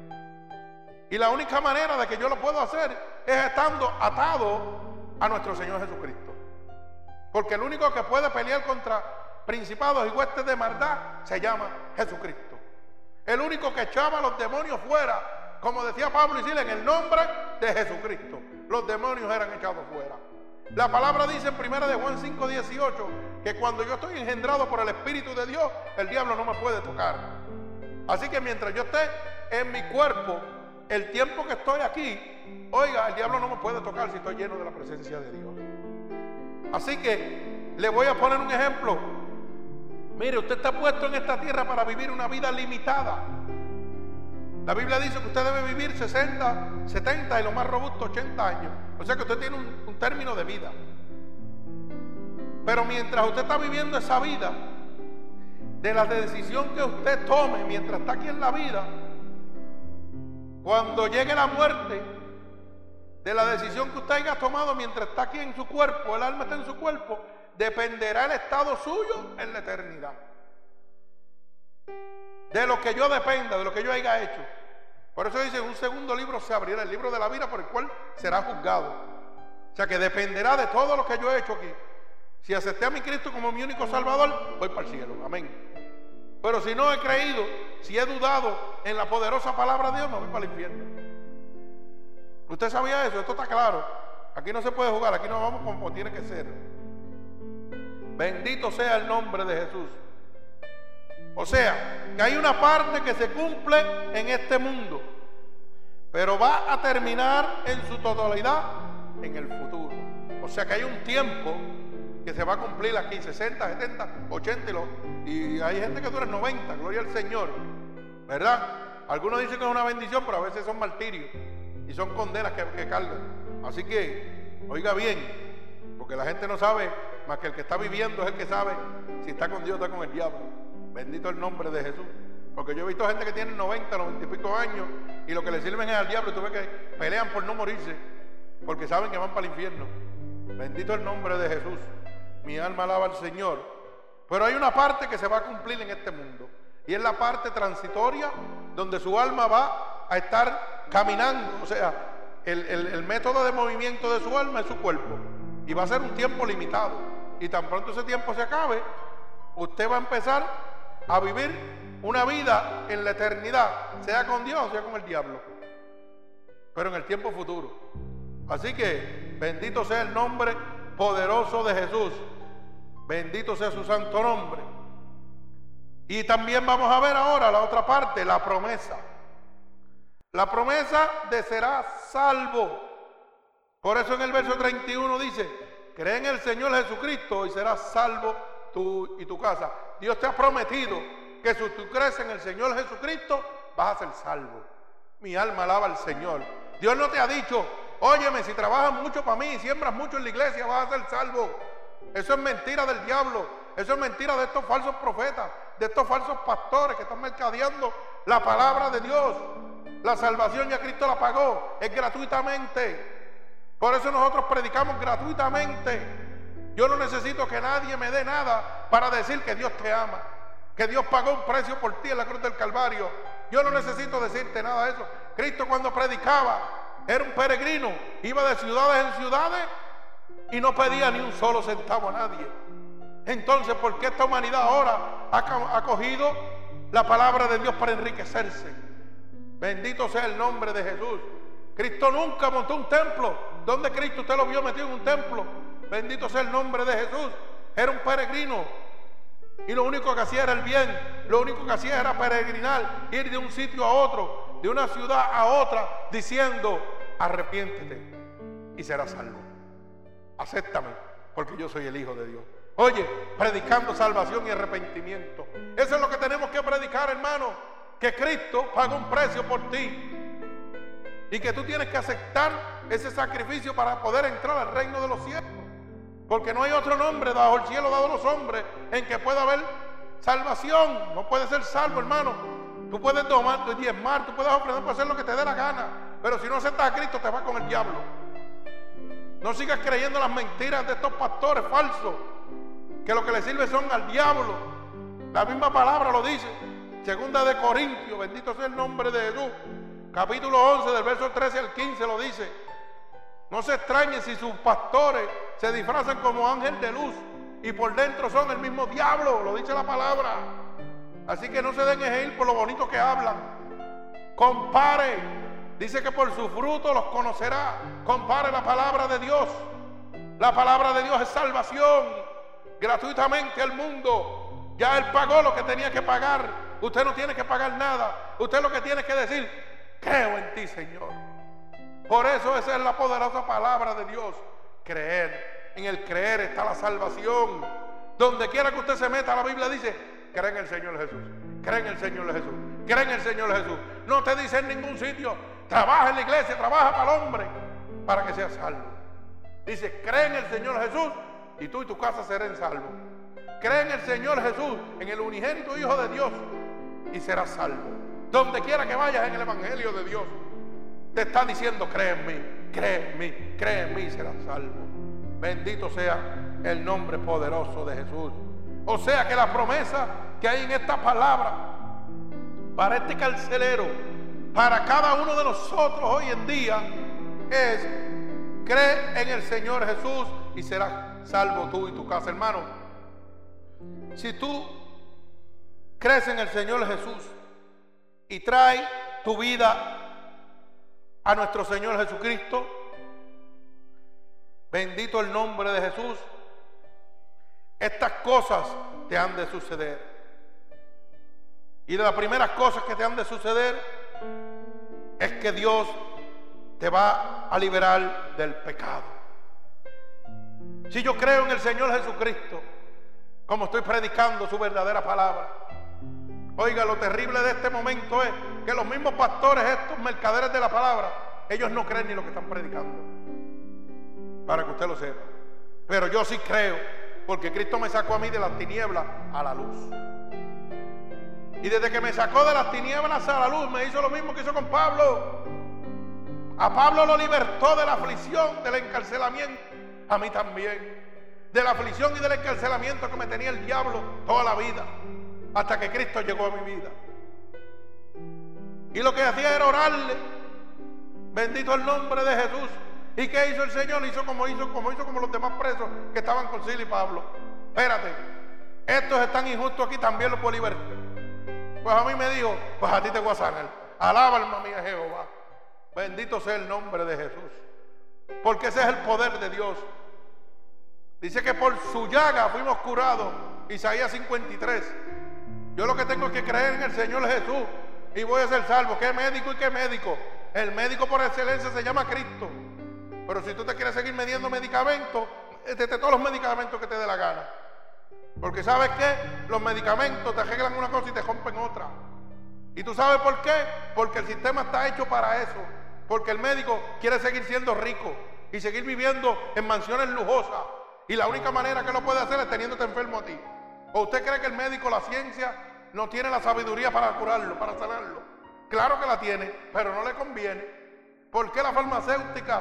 A: Y la única manera de que yo lo puedo hacer es estando atado a nuestro Señor Jesucristo. Porque el único que puede pelear contra principados y huestes de maldad se llama Jesucristo. El único que echaba a los demonios fuera, como decía Pablo y Silas, en el nombre de Jesucristo, los demonios eran echados fuera. La palabra dice en 1 de Juan 5:18 que cuando yo estoy engendrado por el Espíritu de Dios, el diablo no me puede tocar. Así que mientras yo esté en mi cuerpo, el tiempo que estoy aquí, oiga, el diablo no me puede tocar si estoy lleno de la presencia de Dios. Así que le voy a poner un ejemplo. Mire, usted está puesto en esta tierra para vivir una vida limitada. La Biblia dice que usted debe vivir 60, 70 y lo más robusto 80 años. O sea que usted tiene un término de vida. Pero mientras usted está viviendo esa vida, de la decisión que usted tome mientras está aquí en la vida, cuando llegue la muerte, de la decisión que usted haya tomado mientras está aquí en su cuerpo, el alma está en su cuerpo, dependerá el estado suyo en la eternidad. De lo que yo dependa, de lo que yo haya hecho. Por eso dice, un segundo libro se abrirá, el libro de la vida por el cual será juzgado. O sea que dependerá de todo lo que yo he hecho aquí. Si acepté a mi Cristo como mi único Salvador, voy para el cielo, amén. Pero si no he creído, si he dudado en la poderosa palabra de Dios, me voy para el infierno. ¿Usted sabía eso? Esto está claro. Aquí no se puede jugar, aquí no vamos como tiene que ser. Bendito sea el nombre de Jesús. O sea, que hay una parte que se cumple en este mundo, pero va a terminar en su totalidad en el futuro. O sea que hay un tiempo que se va a cumplir aquí, 60, 70, 80 y hay gente que dura 90, gloria al Señor, ¿verdad? Algunos dicen que es una bendición, pero a veces son martirios y son condenas que cargan. Así que, oiga bien, porque la gente no sabe, más que el que está viviendo es el que sabe si está con Dios o está con el diablo. Bendito el nombre de Jesús. Porque yo he visto gente que tiene 90, 90 y pico años y lo que le sirven es al diablo y tú ves que pelean por no morirse. porque saben que van para el infierno. Bendito el nombre de Jesús. Mi alma alaba al Señor. Pero hay una parte que se va a cumplir en este mundo, y es la parte transitoria donde su alma va a estar caminando. O sea, el método de movimiento de su alma es su cuerpo, y va a ser un tiempo limitado, y tan pronto ese tiempo se acabe, usted va a empezar a vivir una vida en la eternidad, sea con Dios o sea con el diablo, pero en el tiempo futuro. Así que bendito sea el nombre poderoso de Jesús, bendito sea su santo nombre. Y también vamos a ver ahora la otra parte, la promesa. La promesa de serás salvo. Por eso en el verso 31 dice: cree en el Señor Jesucristo y serás salvo tú y tu casa. Dios te ha prometido que si tú crees en el Señor Jesucristo, vas a ser salvo. Mi alma alaba al Señor. Dios no te ha dicho: óyeme, si trabajas mucho para mí y siembras mucho en la iglesia, vas a ser salvo. Eso es mentira del diablo. Eso es mentira de estos falsos profetas, de estos falsos pastores que están mercadeando la palabra de Dios. La salvación ya Cristo la pagó, es gratuitamente. Por eso nosotros predicamos gratuitamente. Yo no necesito que nadie me dé nada para decir que Dios te ama, que Dios pagó un precio por ti en la cruz del Calvario. Yo no necesito decirte nada de eso. Cristo, cuando predicaba, era un peregrino, iba de ciudades en ciudades y no pedía ni un solo centavo a nadie. Entonces, ¿por qué esta humanidad ahora ha cogido la palabra de Dios para enriquecerse? Bendito sea el nombre de Jesús. Cristo nunca montó un templo. ¿Dónde Cristo usted lo vio metido en un templo? Bendito sea el nombre de Jesús. Era un peregrino, y lo único que hacía era el bien. Lo único que hacía era peregrinar, ir de un sitio a otro, de una ciudad a otra, diciendo: arrepiéntete y serás salvo. Acéptame, porque yo soy el Hijo de Dios. Oye, predicando salvación y arrepentimiento. Eso es lo que tenemos que predicar, hermano. Que Cristo pagó un precio por ti, y que tú tienes que aceptar ese sacrificio para poder entrar al reino de los cielos. Porque no hay otro nombre bajo el cielo dado a los hombres en que pueda haber salvación. No puedes ser salvo, hermano. Tú puedes tomar, diezmar, tú puedes ofrecer, puedes hacer lo que te dé la gana, pero si no aceptas a Cristo, te vas con el diablo. No sigas creyendo las mentiras de estos pastores falsos, que lo que les sirve son al diablo. La misma palabra lo dice. Segunda de Corintios, bendito sea el nombre de Jesús, capítulo 11, del verso 13 al 15 lo dice. No se extrañen si sus pastores se disfrazan como ángel de luz y por dentro son el mismo diablo, lo dice la palabra. Así que no se den ir por lo bonito que hablan. Compare, dice que por su fruto los conocerá. Compare la palabra de Dios. La palabra de Dios es salvación gratuitamente al mundo. Ya Él pagó lo que tenía que pagar. Usted no tiene que pagar nada. Usted lo que tiene que decir: creo en ti, Señor. Por eso esa es la poderosa palabra de Dios. Creer. En el creer está la salvación. Donde quiera que usted se meta, la Biblia dice: cree en el Señor Jesús. Cree en el Señor Jesús. Cree en el Señor Jesús. No te dice en ningún sitio: trabaja en la iglesia, trabaja para el hombre, para que seas salvo. Dice: cree en el Señor Jesús y tú y tu casa serán salvos. Cree en el Señor Jesús, en el unigénito Hijo de Dios, y serás salvo. Donde quiera que vayas en el Evangelio de Dios, te está diciendo: cree en mí, cree en mí, cree en mí y serás salvo. Bendito sea el nombre poderoso de Jesús. O sea que la promesa que hay en esta palabra para este carcelero, para cada uno de nosotros hoy en día, es: cree en el Señor Jesús y serás salvo tú y tu casa. Hermano, si tú crees en el Señor Jesús y traes tu vida a nuestro Señor Jesucristo, bendito el nombre de Jesús, estas cosas te han de suceder. Y de las primeras cosas que te han de suceder es que Dios te va a liberar del pecado. Si yo creo en el Señor Jesucristo, como estoy predicando su verdadera palabra, oiga, lo terrible de este momento es que los mismos pastores, estos mercaderes de la palabra, ellos no creen ni lo que están predicando, para que usted lo sepa. Pero yo sí creo, porque Cristo me sacó a mí de las tinieblas a la luz. Y desde que me sacó de las tinieblas a la luz, me hizo lo mismo que hizo con Pablo. A Pablo lo libertó de la aflicción, del encarcelamiento. A mí también. De la aflicción y del encarcelamiento que me tenía el diablo toda la vida. Hasta que Cristo llegó a mi vida. Y lo que hacía era orarle. Bendito el nombre de Jesús. ¿Y qué hizo el Señor? Hizo como los demás presos que estaban con Silas y Pablo. Espérate, estos están injustos aquí, también los puedo libertar. Pues a mí me dijo, pues a ti te voy a sanar. Alaba alma mía Jehová. Bendito sea el nombre de Jesús. Porque ese es el poder de Dios. Dice que por su llaga fuimos curados. Isaías 53. Yo lo que tengo es que creer en el Señor Jesús y voy a ser salvo. ¿Qué médico y qué médico? El médico por excelencia se llama Cristo. Pero si tú te quieres seguir midiendo medicamentos, métete todos los medicamentos que te dé la gana. Porque ¿sabes qué? Los medicamentos te arreglan una cosa y te rompen otra. ¿Y tú sabes por qué? Porque el sistema está hecho para eso. Porque el médico quiere seguir siendo rico y seguir viviendo en mansiones lujosas. Y la única manera que lo puede hacer es teniéndote enfermo a ti. ¿O usted cree que el médico, la ciencia, no tiene la sabiduría para curarlo, para sanarlo? Claro que la tiene, pero no le conviene. ¿Por qué la farmacéutica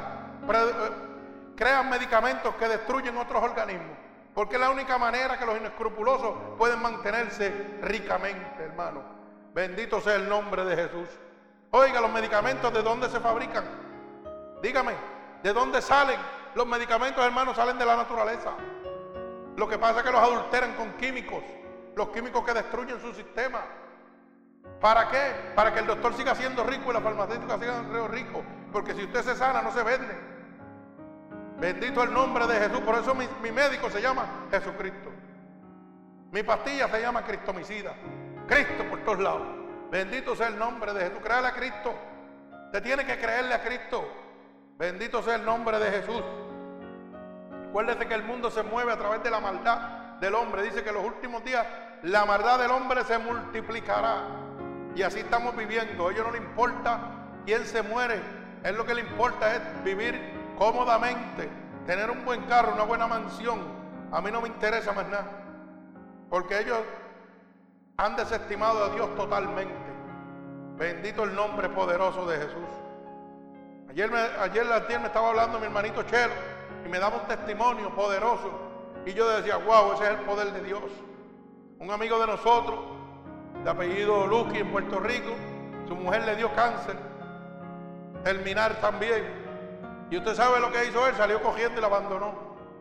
A: crean medicamentos que destruyen otros organismos? Porque es la única manera que los inescrupulosos pueden mantenerse ricamente, hermano. Bendito sea el nombre de Jesús. Oiga, los medicamentos, ¿de dónde se fabrican? Dígame, ¿de dónde salen? Los medicamentos, hermanos, salen de la naturaleza. Lo que pasa es que los adulteran con químicos, los químicos que destruyen su sistema. ¿Para qué? Para que el doctor siga siendo rico y la farmacéutica siga siendo rico. Porque si usted se sana, no se vende. Bendito el nombre de Jesús. Por eso mi médico se llama Jesucristo. Mi pastilla se llama Cristomicida. Cristo por todos lados. Bendito sea el nombre de Jesús. Créale a Cristo. Usted tiene que creerle a Cristo. Bendito sea el nombre de Jesús. Acuérdese que el mundo se mueve a través de la maldad del hombre. Dice que en los últimos días la maldad del hombre se multiplicará. Y así estamos viviendo. A ellos no le importa quién se muere. A él lo que le importa es vivir cómodamente, tener un buen carro, una buena mansión. A mí no me interesa más nada. Porque ellos han desestimado a Dios totalmente. Bendito el nombre poderoso de Jesús. Ayer me estaba hablando mi hermanito Chelo y me daba un testimonio poderoso. Y yo decía, wow, ese es el poder de Dios. Un amigo de nosotros, de apellido Luqui en Puerto Rico, su mujer le dio cáncer terminal también. Y usted sabe lo que hizo él, salió cogiendo y la abandonó.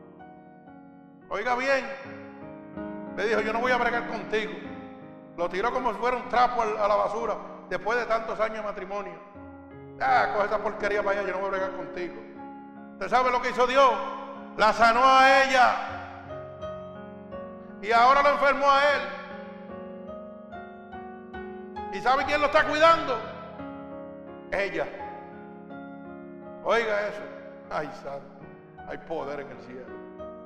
A: Oiga bien, le dijo, yo no voy a bregar contigo. Lo tiró como si fuera un trapo a la basura, después de tantos años de matrimonio. Coge esa porquería para allá, yo no voy a bregar contigo. ¿Usted sabe lo que hizo Dios? La sanó a ella. Y ahora lo enfermó a él. ¿Y sabe quién lo está cuidando? Ella. Oiga eso. Ay, santo. Hay poder en el cielo.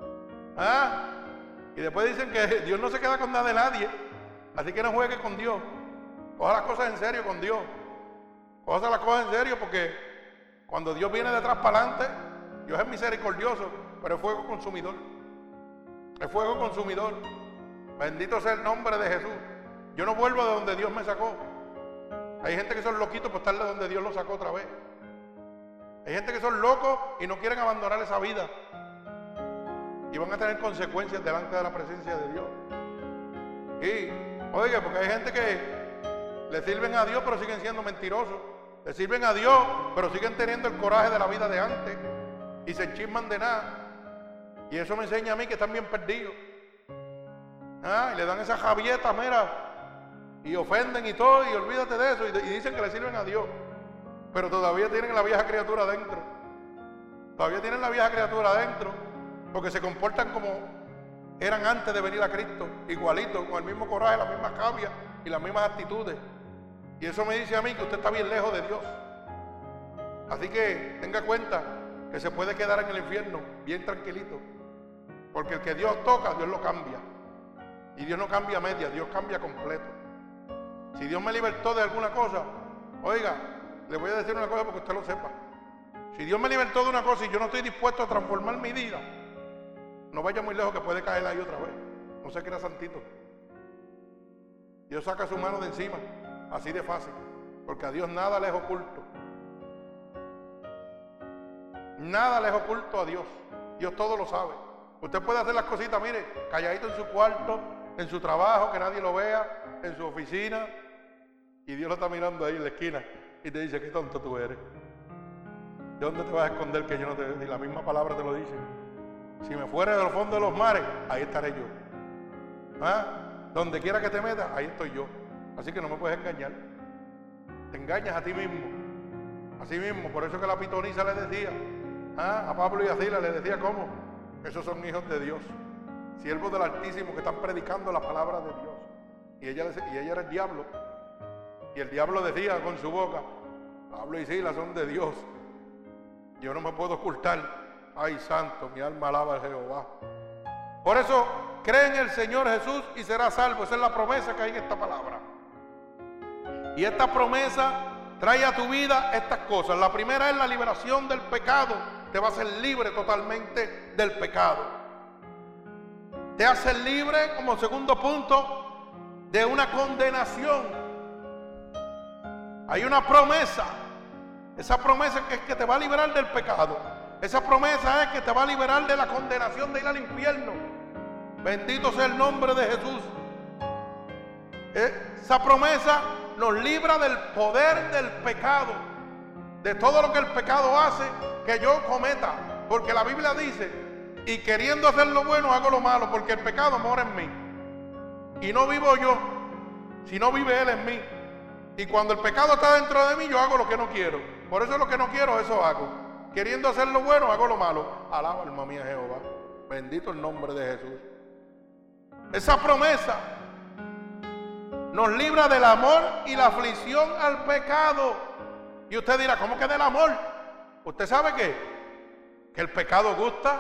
A: Y después dicen que Dios no se queda con nada de nadie. Así que no juegue con Dios. Coja las cosas en serio con Dios. Coja las cosas en serio porque cuando Dios viene de atrás para adelante, Dios es misericordioso, pero es fuego consumidor. Es fuego consumidor. Bendito sea el nombre de Jesús. Yo no vuelvo de donde Dios me sacó. Hay gente que son loquitos por estar de donde Dios los sacó otra vez. Hay gente que son locos y no quieren abandonar esa vida. Y van a tener consecuencias delante de la presencia de Dios. Y, oiga, porque hay gente que le sirven a Dios pero siguen siendo mentirosos. Le sirven a Dios pero siguen teniendo el coraje de la vida de antes. Y se enchisman de nada. Y eso me enseña a mí que están bien perdidos. Y le dan esas javietas, mira. Y ofenden y todo, y olvídate de eso. Y dicen que le sirven a Dios. Pero todavía tienen la vieja criatura adentro. Todavía tienen la vieja criatura adentro. Porque se comportan como eran antes de venir a Cristo. Igualitos, con el mismo coraje, las mismas cabias y las mismas actitudes. Y eso me dice a mí que usted está bien lejos de Dios. Así que tenga cuenta que se puede quedar en el infierno bien tranquilito. Porque el que Dios toca, Dios lo cambia. Y Dios no cambia media, Dios cambia completo. Si Dios me libertó de alguna cosa, oiga, le voy a decir una cosa porque usted lo sepa. Si Dios me libertó de una cosa y yo no estoy dispuesto a transformar mi vida, no vaya muy lejos que puede caer ahí otra vez. No se crea santito. Dios saca su mano de encima, así de fácil, porque a Dios nada le es oculto. Nada le es oculto a Dios. Dios todo lo sabe. Usted puede hacer las cositas, mire, calladito en su cuarto, en su trabajo, que nadie lo vea, en su oficina, y Dios lo está mirando ahí en la esquina y te dice: qué tonto tú eres. ¿De dónde te vas a esconder que yo no te... ni la misma palabra te lo dice? Si me fuera de los fondos de los mares, ahí estaré yo. ¿Ah? Donde quiera que te metas, ahí estoy yo. Así que no me puedes engañar. Te engañas a ti mismo. Así mismo, por eso que la pitonisa le decía, a Pablo y a Silas le decía: ¿cómo? Esos son hijos de Dios, siervos del Altísimo, que están predicando la palabra de Dios. Y ella era el diablo. Y el diablo decía con su boca: Pablo y Silas son de Dios. Yo no me puedo ocultar. Ay, santo, mi alma alaba a Jehová. Por eso, cree en el Señor Jesús y serás salvo. Esa es la promesa que hay en esta palabra. Y esta promesa trae a tu vida estas cosas. La primera es la liberación del pecado. Te va a hacer libre totalmente del pecado. Te hace libre, como segundo punto, de una condenación. Hay una promesa. Esa promesa es que te va a liberar del pecado. Esa promesa es que te va a liberar de la condenación de ir al infierno. Bendito sea el nombre de Jesús. Esa promesa nos libra del poder del pecado, de todo lo que el pecado hace que yo cometa. Porque la Biblia dice: y queriendo hacer lo bueno hago lo malo, porque el pecado mora en mí. Y no vivo yo, sino vive Él en mí. Y cuando el pecado está dentro de mí, yo hago lo que no quiero. Por eso lo que no quiero, eso hago. Queriendo hacer lo bueno, hago lo malo. Alaba, alma mía, Jehová. Bendito el nombre de Jesús. Esa promesa nos libra del amor y la aflicción al pecado. Y usted dirá: ¿cómo que del amor? ¿Usted sabe qué? Que el pecado gusta.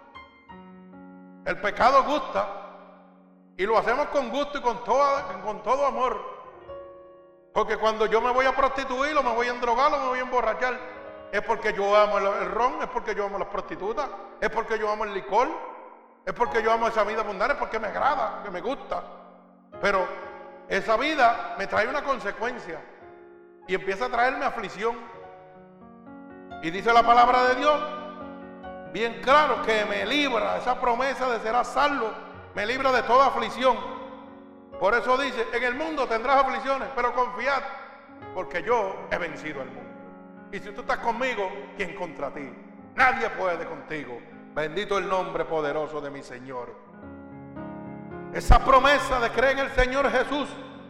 A: El pecado gusta. Y lo hacemos con gusto y con todo amor. Porque cuando yo me voy a prostituir, o me voy a endrogar, o me voy a emborrachar, es porque yo amo el ron, es porque yo amo las prostitutas, es porque yo amo el licor, es porque yo amo esa vida mundana, es porque me agrada, que me gusta. Pero esa vida me trae una consecuencia y empieza a traerme aflicción. Y dice la palabra de Dios bien claro que me libra, esa promesa de ser salvo, me libra de toda aflicción. Por eso dice: en el mundo tendrás aflicciones, pero confiad, porque yo he vencido al mundo. Y si tú estás conmigo, ¿quién contra ti? Nadie puede contigo. Bendito el nombre poderoso de mi Señor. Esa promesa de creer en el Señor Jesús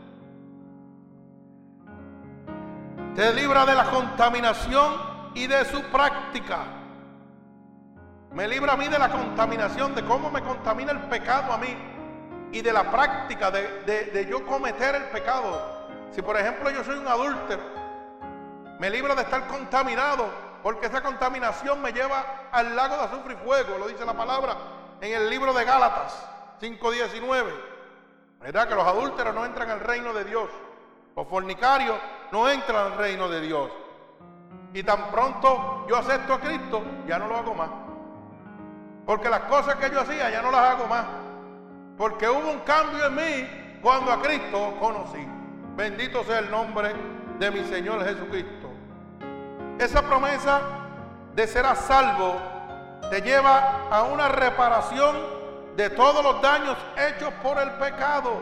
A: te libra de la contaminación y de su práctica. Me libra a mí de la contaminación, de cómo me contamina el pecado a mí, y de la práctica de yo cometer el pecado. Si por ejemplo yo soy un adúltero, me libra de estar contaminado, porque esa contaminación me lleva al lago de azufre y fuego. Lo dice la palabra en el libro de Gálatas 5:19. ¿Verdad? Que los adúlteros no entran al reino de Dios. Los fornicarios no entran al reino de Dios. Y tan pronto yo acepto a Cristo, ya no lo hago más. Porque las cosas que yo hacía ya no las hago más. Porque hubo un cambio en mí cuando a Cristo conocí. Bendito sea el nombre de mi Señor Jesucristo. Esa promesa de ser a salvo te lleva a una reparación de todos los daños hechos por el pecado.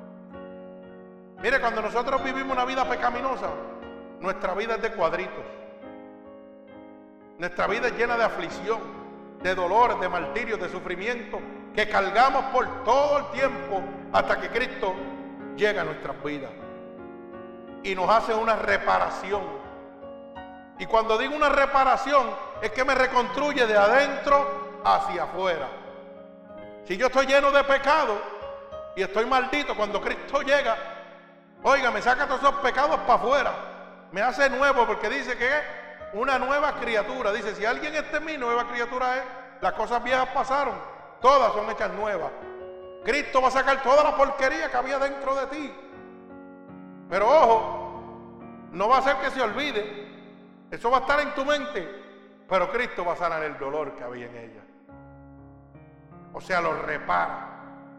A: Mire, cuando nosotros vivimos una vida pecaminosa, nuestra vida es de cuadritos. Nuestra vida es llena de aflicción, de dolores, de martirios, de sufrimiento, que cargamos por todo el tiempo hasta que Cristo llega a nuestras vidas y nos hace una reparación. Y cuando digo una reparación, es que me reconstruye de adentro hacia afuera. Si yo estoy lleno de pecado y estoy maldito, cuando Cristo llega, oiga, me saca todos esos pecados para afuera, me hace nuevo, porque dice que es una nueva criatura. Dice: si alguien está en mí, nueva criatura es. Las cosas viejas pasaron, todas son hechas nuevas. Cristo va a sacar toda la porquería que había dentro de ti. Pero ojo, no va a ser que se olvide. Eso va a estar en tu mente, pero Cristo va a sanar el dolor que había en ella. O sea, lo repara.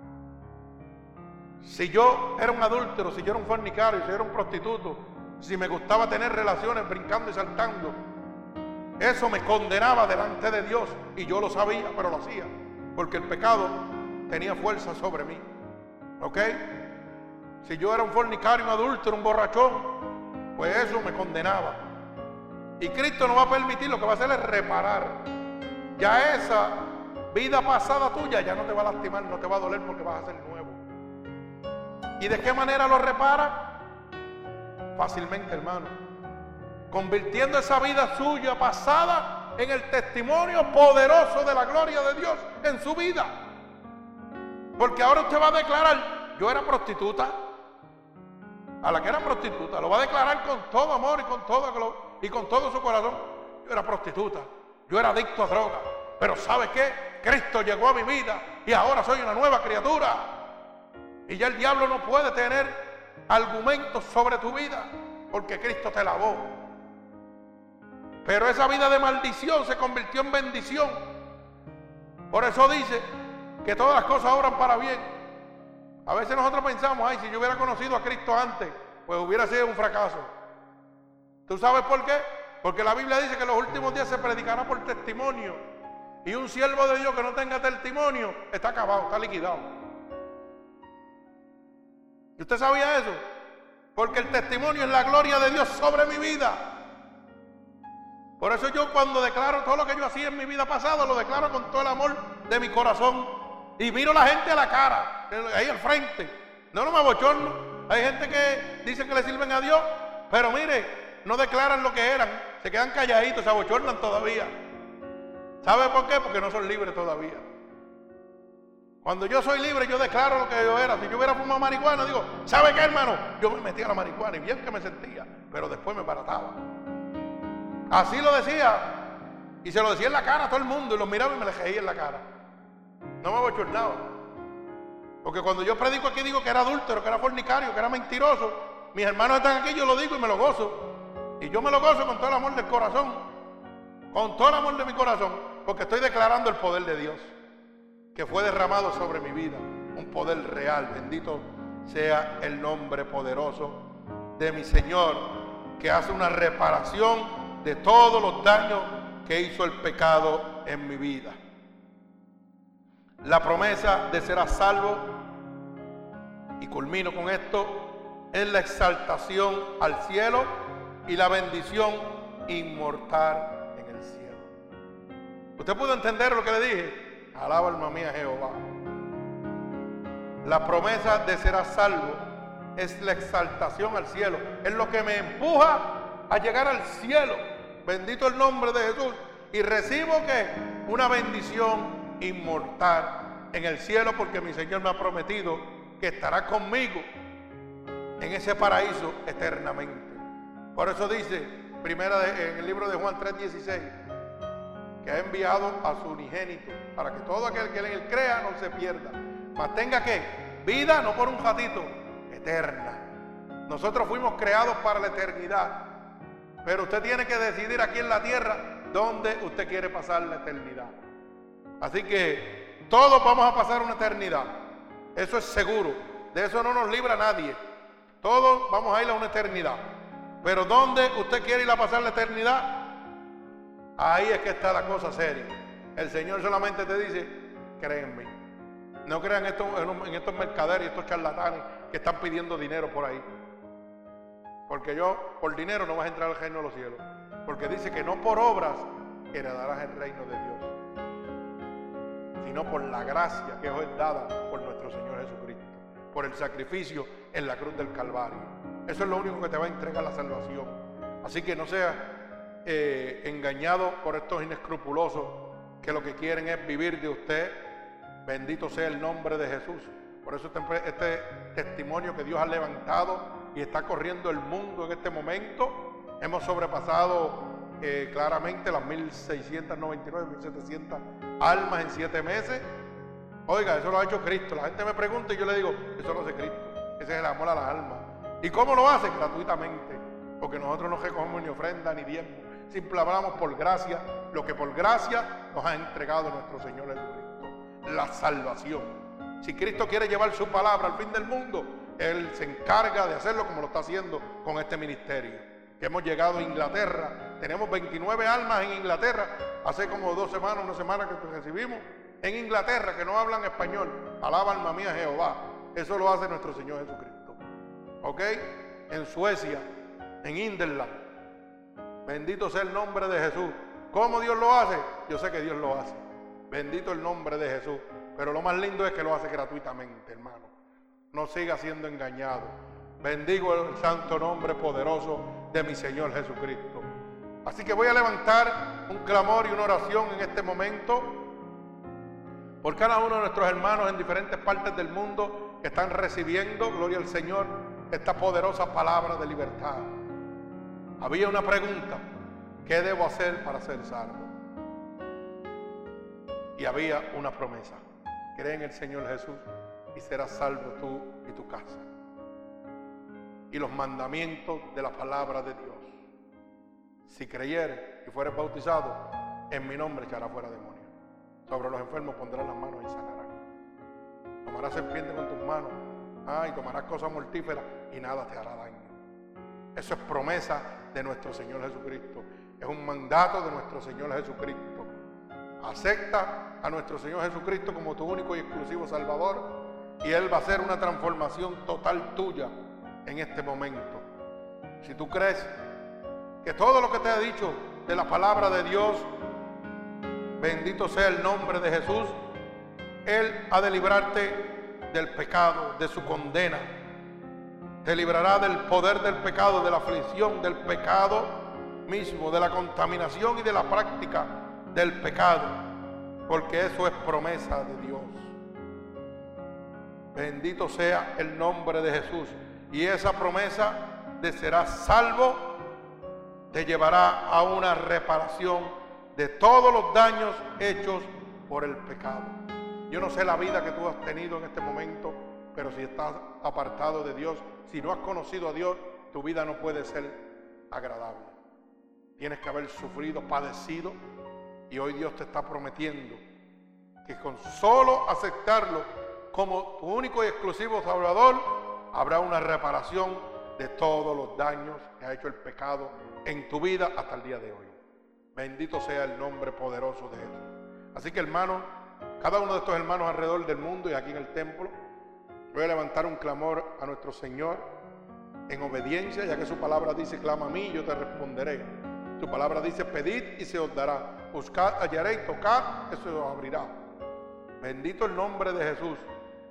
A: Si yo era un adúltero, si yo era un fornicario, si yo era un prostituto, si me gustaba tener relaciones brincando y saltando, Eso me condenaba delante de Dios y yo lo sabía, pero lo hacía porque el pecado tenía fuerza sobre mí. ¿Ok? Si yo era un fornicario, un adúltero, un borrachón, pues eso me condenaba. Y Cristo no va a permitir, lo que va a hacer es reparar. Ya esa vida pasada tuya ya no te va a lastimar, no te va a doler porque vas a ser nuevo. ¿Y de qué manera lo repara? Fácilmente, hermano. Convirtiendo esa vida suya pasada en el testimonio poderoso de la gloria de Dios en su vida. Porque ahora usted va a declarar: yo era prostituta. A la que era prostituta lo va a declarar con todo amor y con todo su corazón. Yo era prostituta, yo era adicto a droga, pero ¿sabe qué? Cristo llegó a mi vida y ahora soy una nueva criatura. Y ya el diablo no puede tener argumentos sobre tu vida, porque Cristo te lavó. Pero esa vida de maldición se convirtió en bendición. Por eso dice que todas las cosas obran para bien. A veces nosotros pensamos: ay, si yo hubiera conocido a Cristo antes, pues hubiera sido un fracaso. ¿Tú sabes por qué? Porque la Biblia dice que en los últimos días se predicará por testimonio. Y un siervo de Dios que no tenga testimonio está acabado, está liquidado. ¿Y usted sabía eso? Porque el testimonio es la gloria de Dios sobre mi vida. Por eso yo, cuando declaro todo lo que yo hacía en mi vida pasada, lo declaro con todo el amor de mi corazón. Y miro a la gente a la cara, ahí al frente. No me abochorno. Hay gente que dice que le sirven a Dios, pero mire, no declaran lo que eran. Se quedan calladitos, se abochornan todavía. ¿Sabe por qué? Porque no son libres todavía. Cuando yo soy libre, yo declaro lo que yo era. Si yo hubiera fumado marihuana, digo: ¿sabe qué, hermano? Yo me metía a la marihuana y bien que me sentía, pero después me barataba. Así lo decía, y se lo decía en la cara a todo el mundo, y los miraba y me les reía en la cara. No me abochornaba. Porque cuando yo predico aquí, digo que era adúltero, que era fornicario, que era mentiroso. Mis hermanos están aquí, yo lo digo y me lo gozo. Y yo me lo gozo con todo el amor del corazón, con todo el amor de mi corazón, porque estoy declarando el poder de Dios que fue derramado sobre mi vida. Un poder real. Bendito sea el nombre poderoso de mi Señor, que hace una reparación de todos los daños que hizo el pecado en mi vida. La promesa de ser a salvo, y culmino con esto, es la exaltación al cielo y la bendición inmortal en el cielo. ¿Usted pudo entender lo que le dije? Alaba alma mía Jehová. La promesa de ser a salvo es la exaltación al cielo. Es lo que me empuja a llegar al cielo. Bendito el nombre de Jesús. Y recibo ¿qué? Una bendición inmortal en el cielo, porque mi Señor me ha prometido que estará conmigo en ese paraíso eternamente. Por eso dice en el libro de Juan 3:16, que ha enviado a su unigénito para que todo aquel que en él crea no se pierda, mas tenga ¿qué? Vida, no por un ratito, eterna. Nosotros fuimos creados para la eternidad, pero usted tiene que decidir aquí en la tierra dónde usted quiere pasar la eternidad. Así que todos vamos a pasar una eternidad, eso es seguro, de eso no nos libra nadie. Todos vamos a ir a una eternidad, pero ¿dónde usted quiere ir a pasar la eternidad? Ahí es que está la cosa seria. El Señor solamente te dice: créenme. No crean en estos mercaderes y estos charlatanes que están pidiendo dinero por ahí. Porque por dinero no vas a entrar al reino de los cielos. Porque dice que no por obras heredarás el reino de Dios, sino por la gracia que os es dada por nuestro Señor Jesucristo, por el sacrificio en la cruz del Calvario. Eso es lo único que te va a entregar la salvación. Así que no seas engañado por estos inescrupulosos que lo que quieren es vivir de usted. Bendito sea el nombre de Jesús. Por eso este testimonio que Dios ha levantado y está corriendo el mundo en este momento, hemos sobrepasado claramente las 1.699, 1.700 almas en 7 meses. Oiga, eso lo ha hecho Cristo. La gente me pregunta y yo le digo: eso lo hace Cristo. Ese es el amor a las almas. ¿Y cómo lo hace? Gratuitamente. Porque nosotros no recogemos ni ofrenda ni diezmo. Simple hablamos por gracia, lo que por gracia nos ha entregado nuestro Señor Jesucristo, la salvación. Si Cristo quiere llevar su palabra al fin del mundo, Él se encarga de hacerlo como lo está haciendo con este ministerio. Que hemos llegado a Inglaterra Tenemos 29 almas en Inglaterra, hace como 2 semanas, una semana que recibimos, en Inglaterra, que no hablan español. Alaba alma mía Jehová. Eso lo hace nuestro Señor Jesucristo. ¿Ok? En Suecia, en Inderland. Bendito sea el nombre de Jesús. ¿Cómo Dios lo hace? Yo sé que Dios lo hace. Bendito el nombre de Jesús. Pero lo más lindo es que lo hace gratuitamente, hermano. No siga siendo engañado. Bendigo el santo nombre poderoso de mi Señor Jesucristo. Así que voy a levantar un clamor y una oración en este momento por cada uno de nuestros hermanos en diferentes partes del mundo que están recibiendo, gloria al Señor, esta poderosa palabra de libertad. Había una pregunta: ¿qué debo hacer para ser salvo? Y había una promesa: cree en el Señor Jesús y serás salvo tú y tu casa. Y los mandamientos de la palabra de Dios: si creyeres y fueres bautizado, en mi nombre echará fuera demonios. Sobre los enfermos pondrás las manos y sanarán. Tomarás serpiente con tus manos, y tomarás cosas mortíferas y nada te hará daño. Eso es promesa de nuestro Señor Jesucristo. Es un mandato de nuestro Señor Jesucristo. Acepta a nuestro Señor Jesucristo como tu único y exclusivo Salvador, y Él va a hacer una transformación total tuya en este momento. Si tú crees que todo lo que te ha dicho de la palabra de Dios, bendito sea el nombre de Jesús, Él ha de librarte del pecado, de su condena. Te librará del poder del pecado, de la aflicción del pecado mismo, de la contaminación y de la práctica del pecado, porque eso es promesa de Dios. Bendito sea el nombre de Jesús. Y esa promesa de serás salvo te llevará a una reparación de todos los daños hechos por el pecado. Yo no sé la vida que tú has tenido en este momento, pero si estás apartado de Dios, si no has conocido a Dios, tu vida no puede ser agradable. Tienes que haber sufrido, padecido, y hoy Dios te está prometiendo que con solo aceptarlo como tu único y exclusivo Salvador, habrá una reparación de todos los daños que ha hecho el pecado en tu vida hasta el día de hoy. Bendito sea el nombre poderoso de Jesús. Así que, hermanos, cada uno de estos hermanos alrededor del mundo y aquí en el templo, voy a levantar un clamor a nuestro Señor en obediencia, ya que su palabra dice: clama a mí y yo te responderé. Su palabra dice: pedid y se os dará, buscad, hallaréis, tocad, eso se os abrirá. Bendito el nombre de Jesús.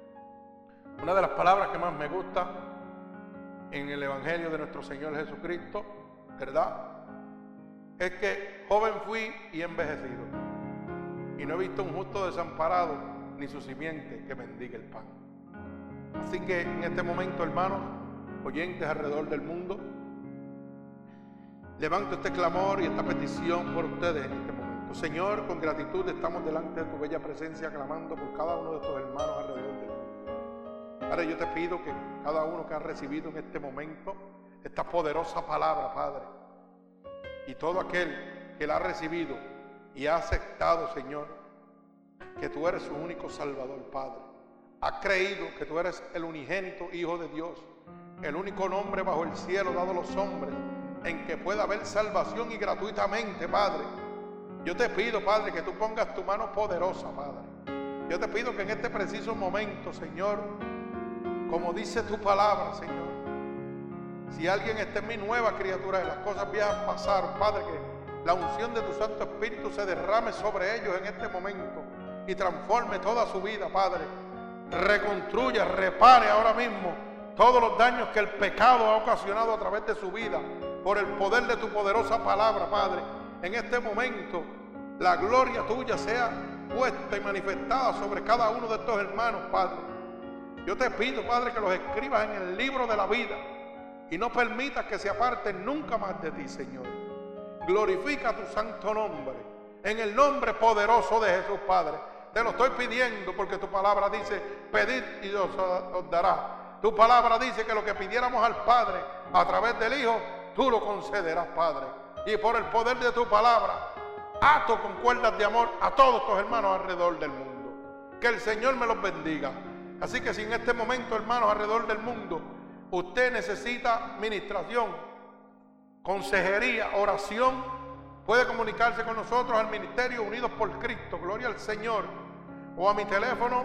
A: Una de las palabras que más me gusta en el Evangelio de nuestro Señor Jesucristo, ¿verdad?, es que joven fui y envejecido, y no he visto un justo desamparado, ni su simiente que mendigue el pan. Así que en este momento, hermanos, oyentes alrededor del mundo, levanto este clamor y esta petición por ustedes en este momento. Señor, con gratitud estamos delante de tu bella presencia, clamando por cada uno de estos hermanos alrededor del mundo. Padre, yo te pido que cada uno que ha recibido en este momento esta poderosa palabra, Padre, y todo aquel que la ha recibido y ha aceptado, Señor, que tú eres su único Salvador, Padre, ha creído que tú eres el unigénito Hijo de Dios, el único nombre bajo el cielo dado a los hombres en que pueda haber salvación, y gratuitamente, Padre. Yo te pido, Padre, que tú pongas tu mano poderosa, Padre. Yo te pido que en este preciso momento, Señor, como dice tu palabra, Señor, si alguien está en mi nueva criatura y las cosas viejas pasaron, Padre, que la unción de tu Santo Espíritu se derrame sobre ellos en este momento y transforme toda su vida, Padre. Reconstruya, repare ahora mismo todos los daños que el pecado ha ocasionado a través de su vida, por el poder de tu poderosa palabra, Padre. En este momento, la gloria tuya sea puesta y manifestada sobre cada uno de estos hermanos, Padre. Yo te pido, Padre, que los escribas en el libro de la vida y no permitas que se aparten nunca más de ti, Señor. Glorifica tu santo nombre, en el nombre poderoso de Jesús, Padre. Te lo estoy pidiendo porque tu palabra dice: pedid y os dará. Tu palabra dice que lo que pidiéramos al Padre a través del Hijo, tú lo concederás, Padre. Y por el poder de tu palabra, ato con cuerdas de amor a todos tus hermanos alrededor del mundo. Que el Señor me los bendiga. Así que si en este momento, hermanos alrededor del mundo, usted necesita ministración, consejería, oración, puede comunicarse con nosotros al Ministerio Unidos por Cristo, gloria al Señor, o a mi teléfono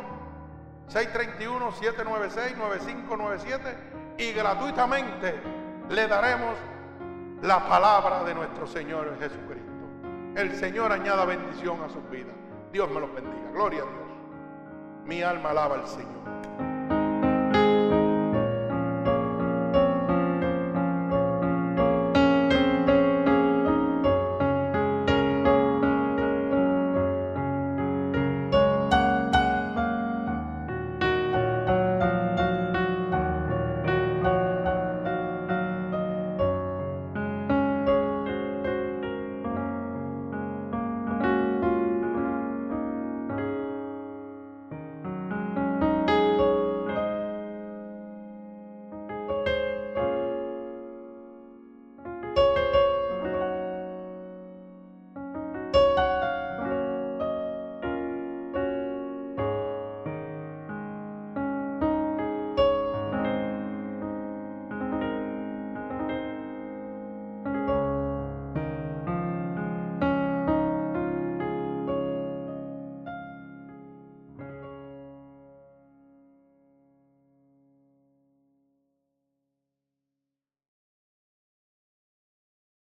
A: 631-796-9597 y gratuitamente le daremos la palabra de nuestro Señor Jesucristo. El Señor añada bendición a sus vidas. Dios me los bendiga. Gloria a Dios. Mi alma alaba al Señor.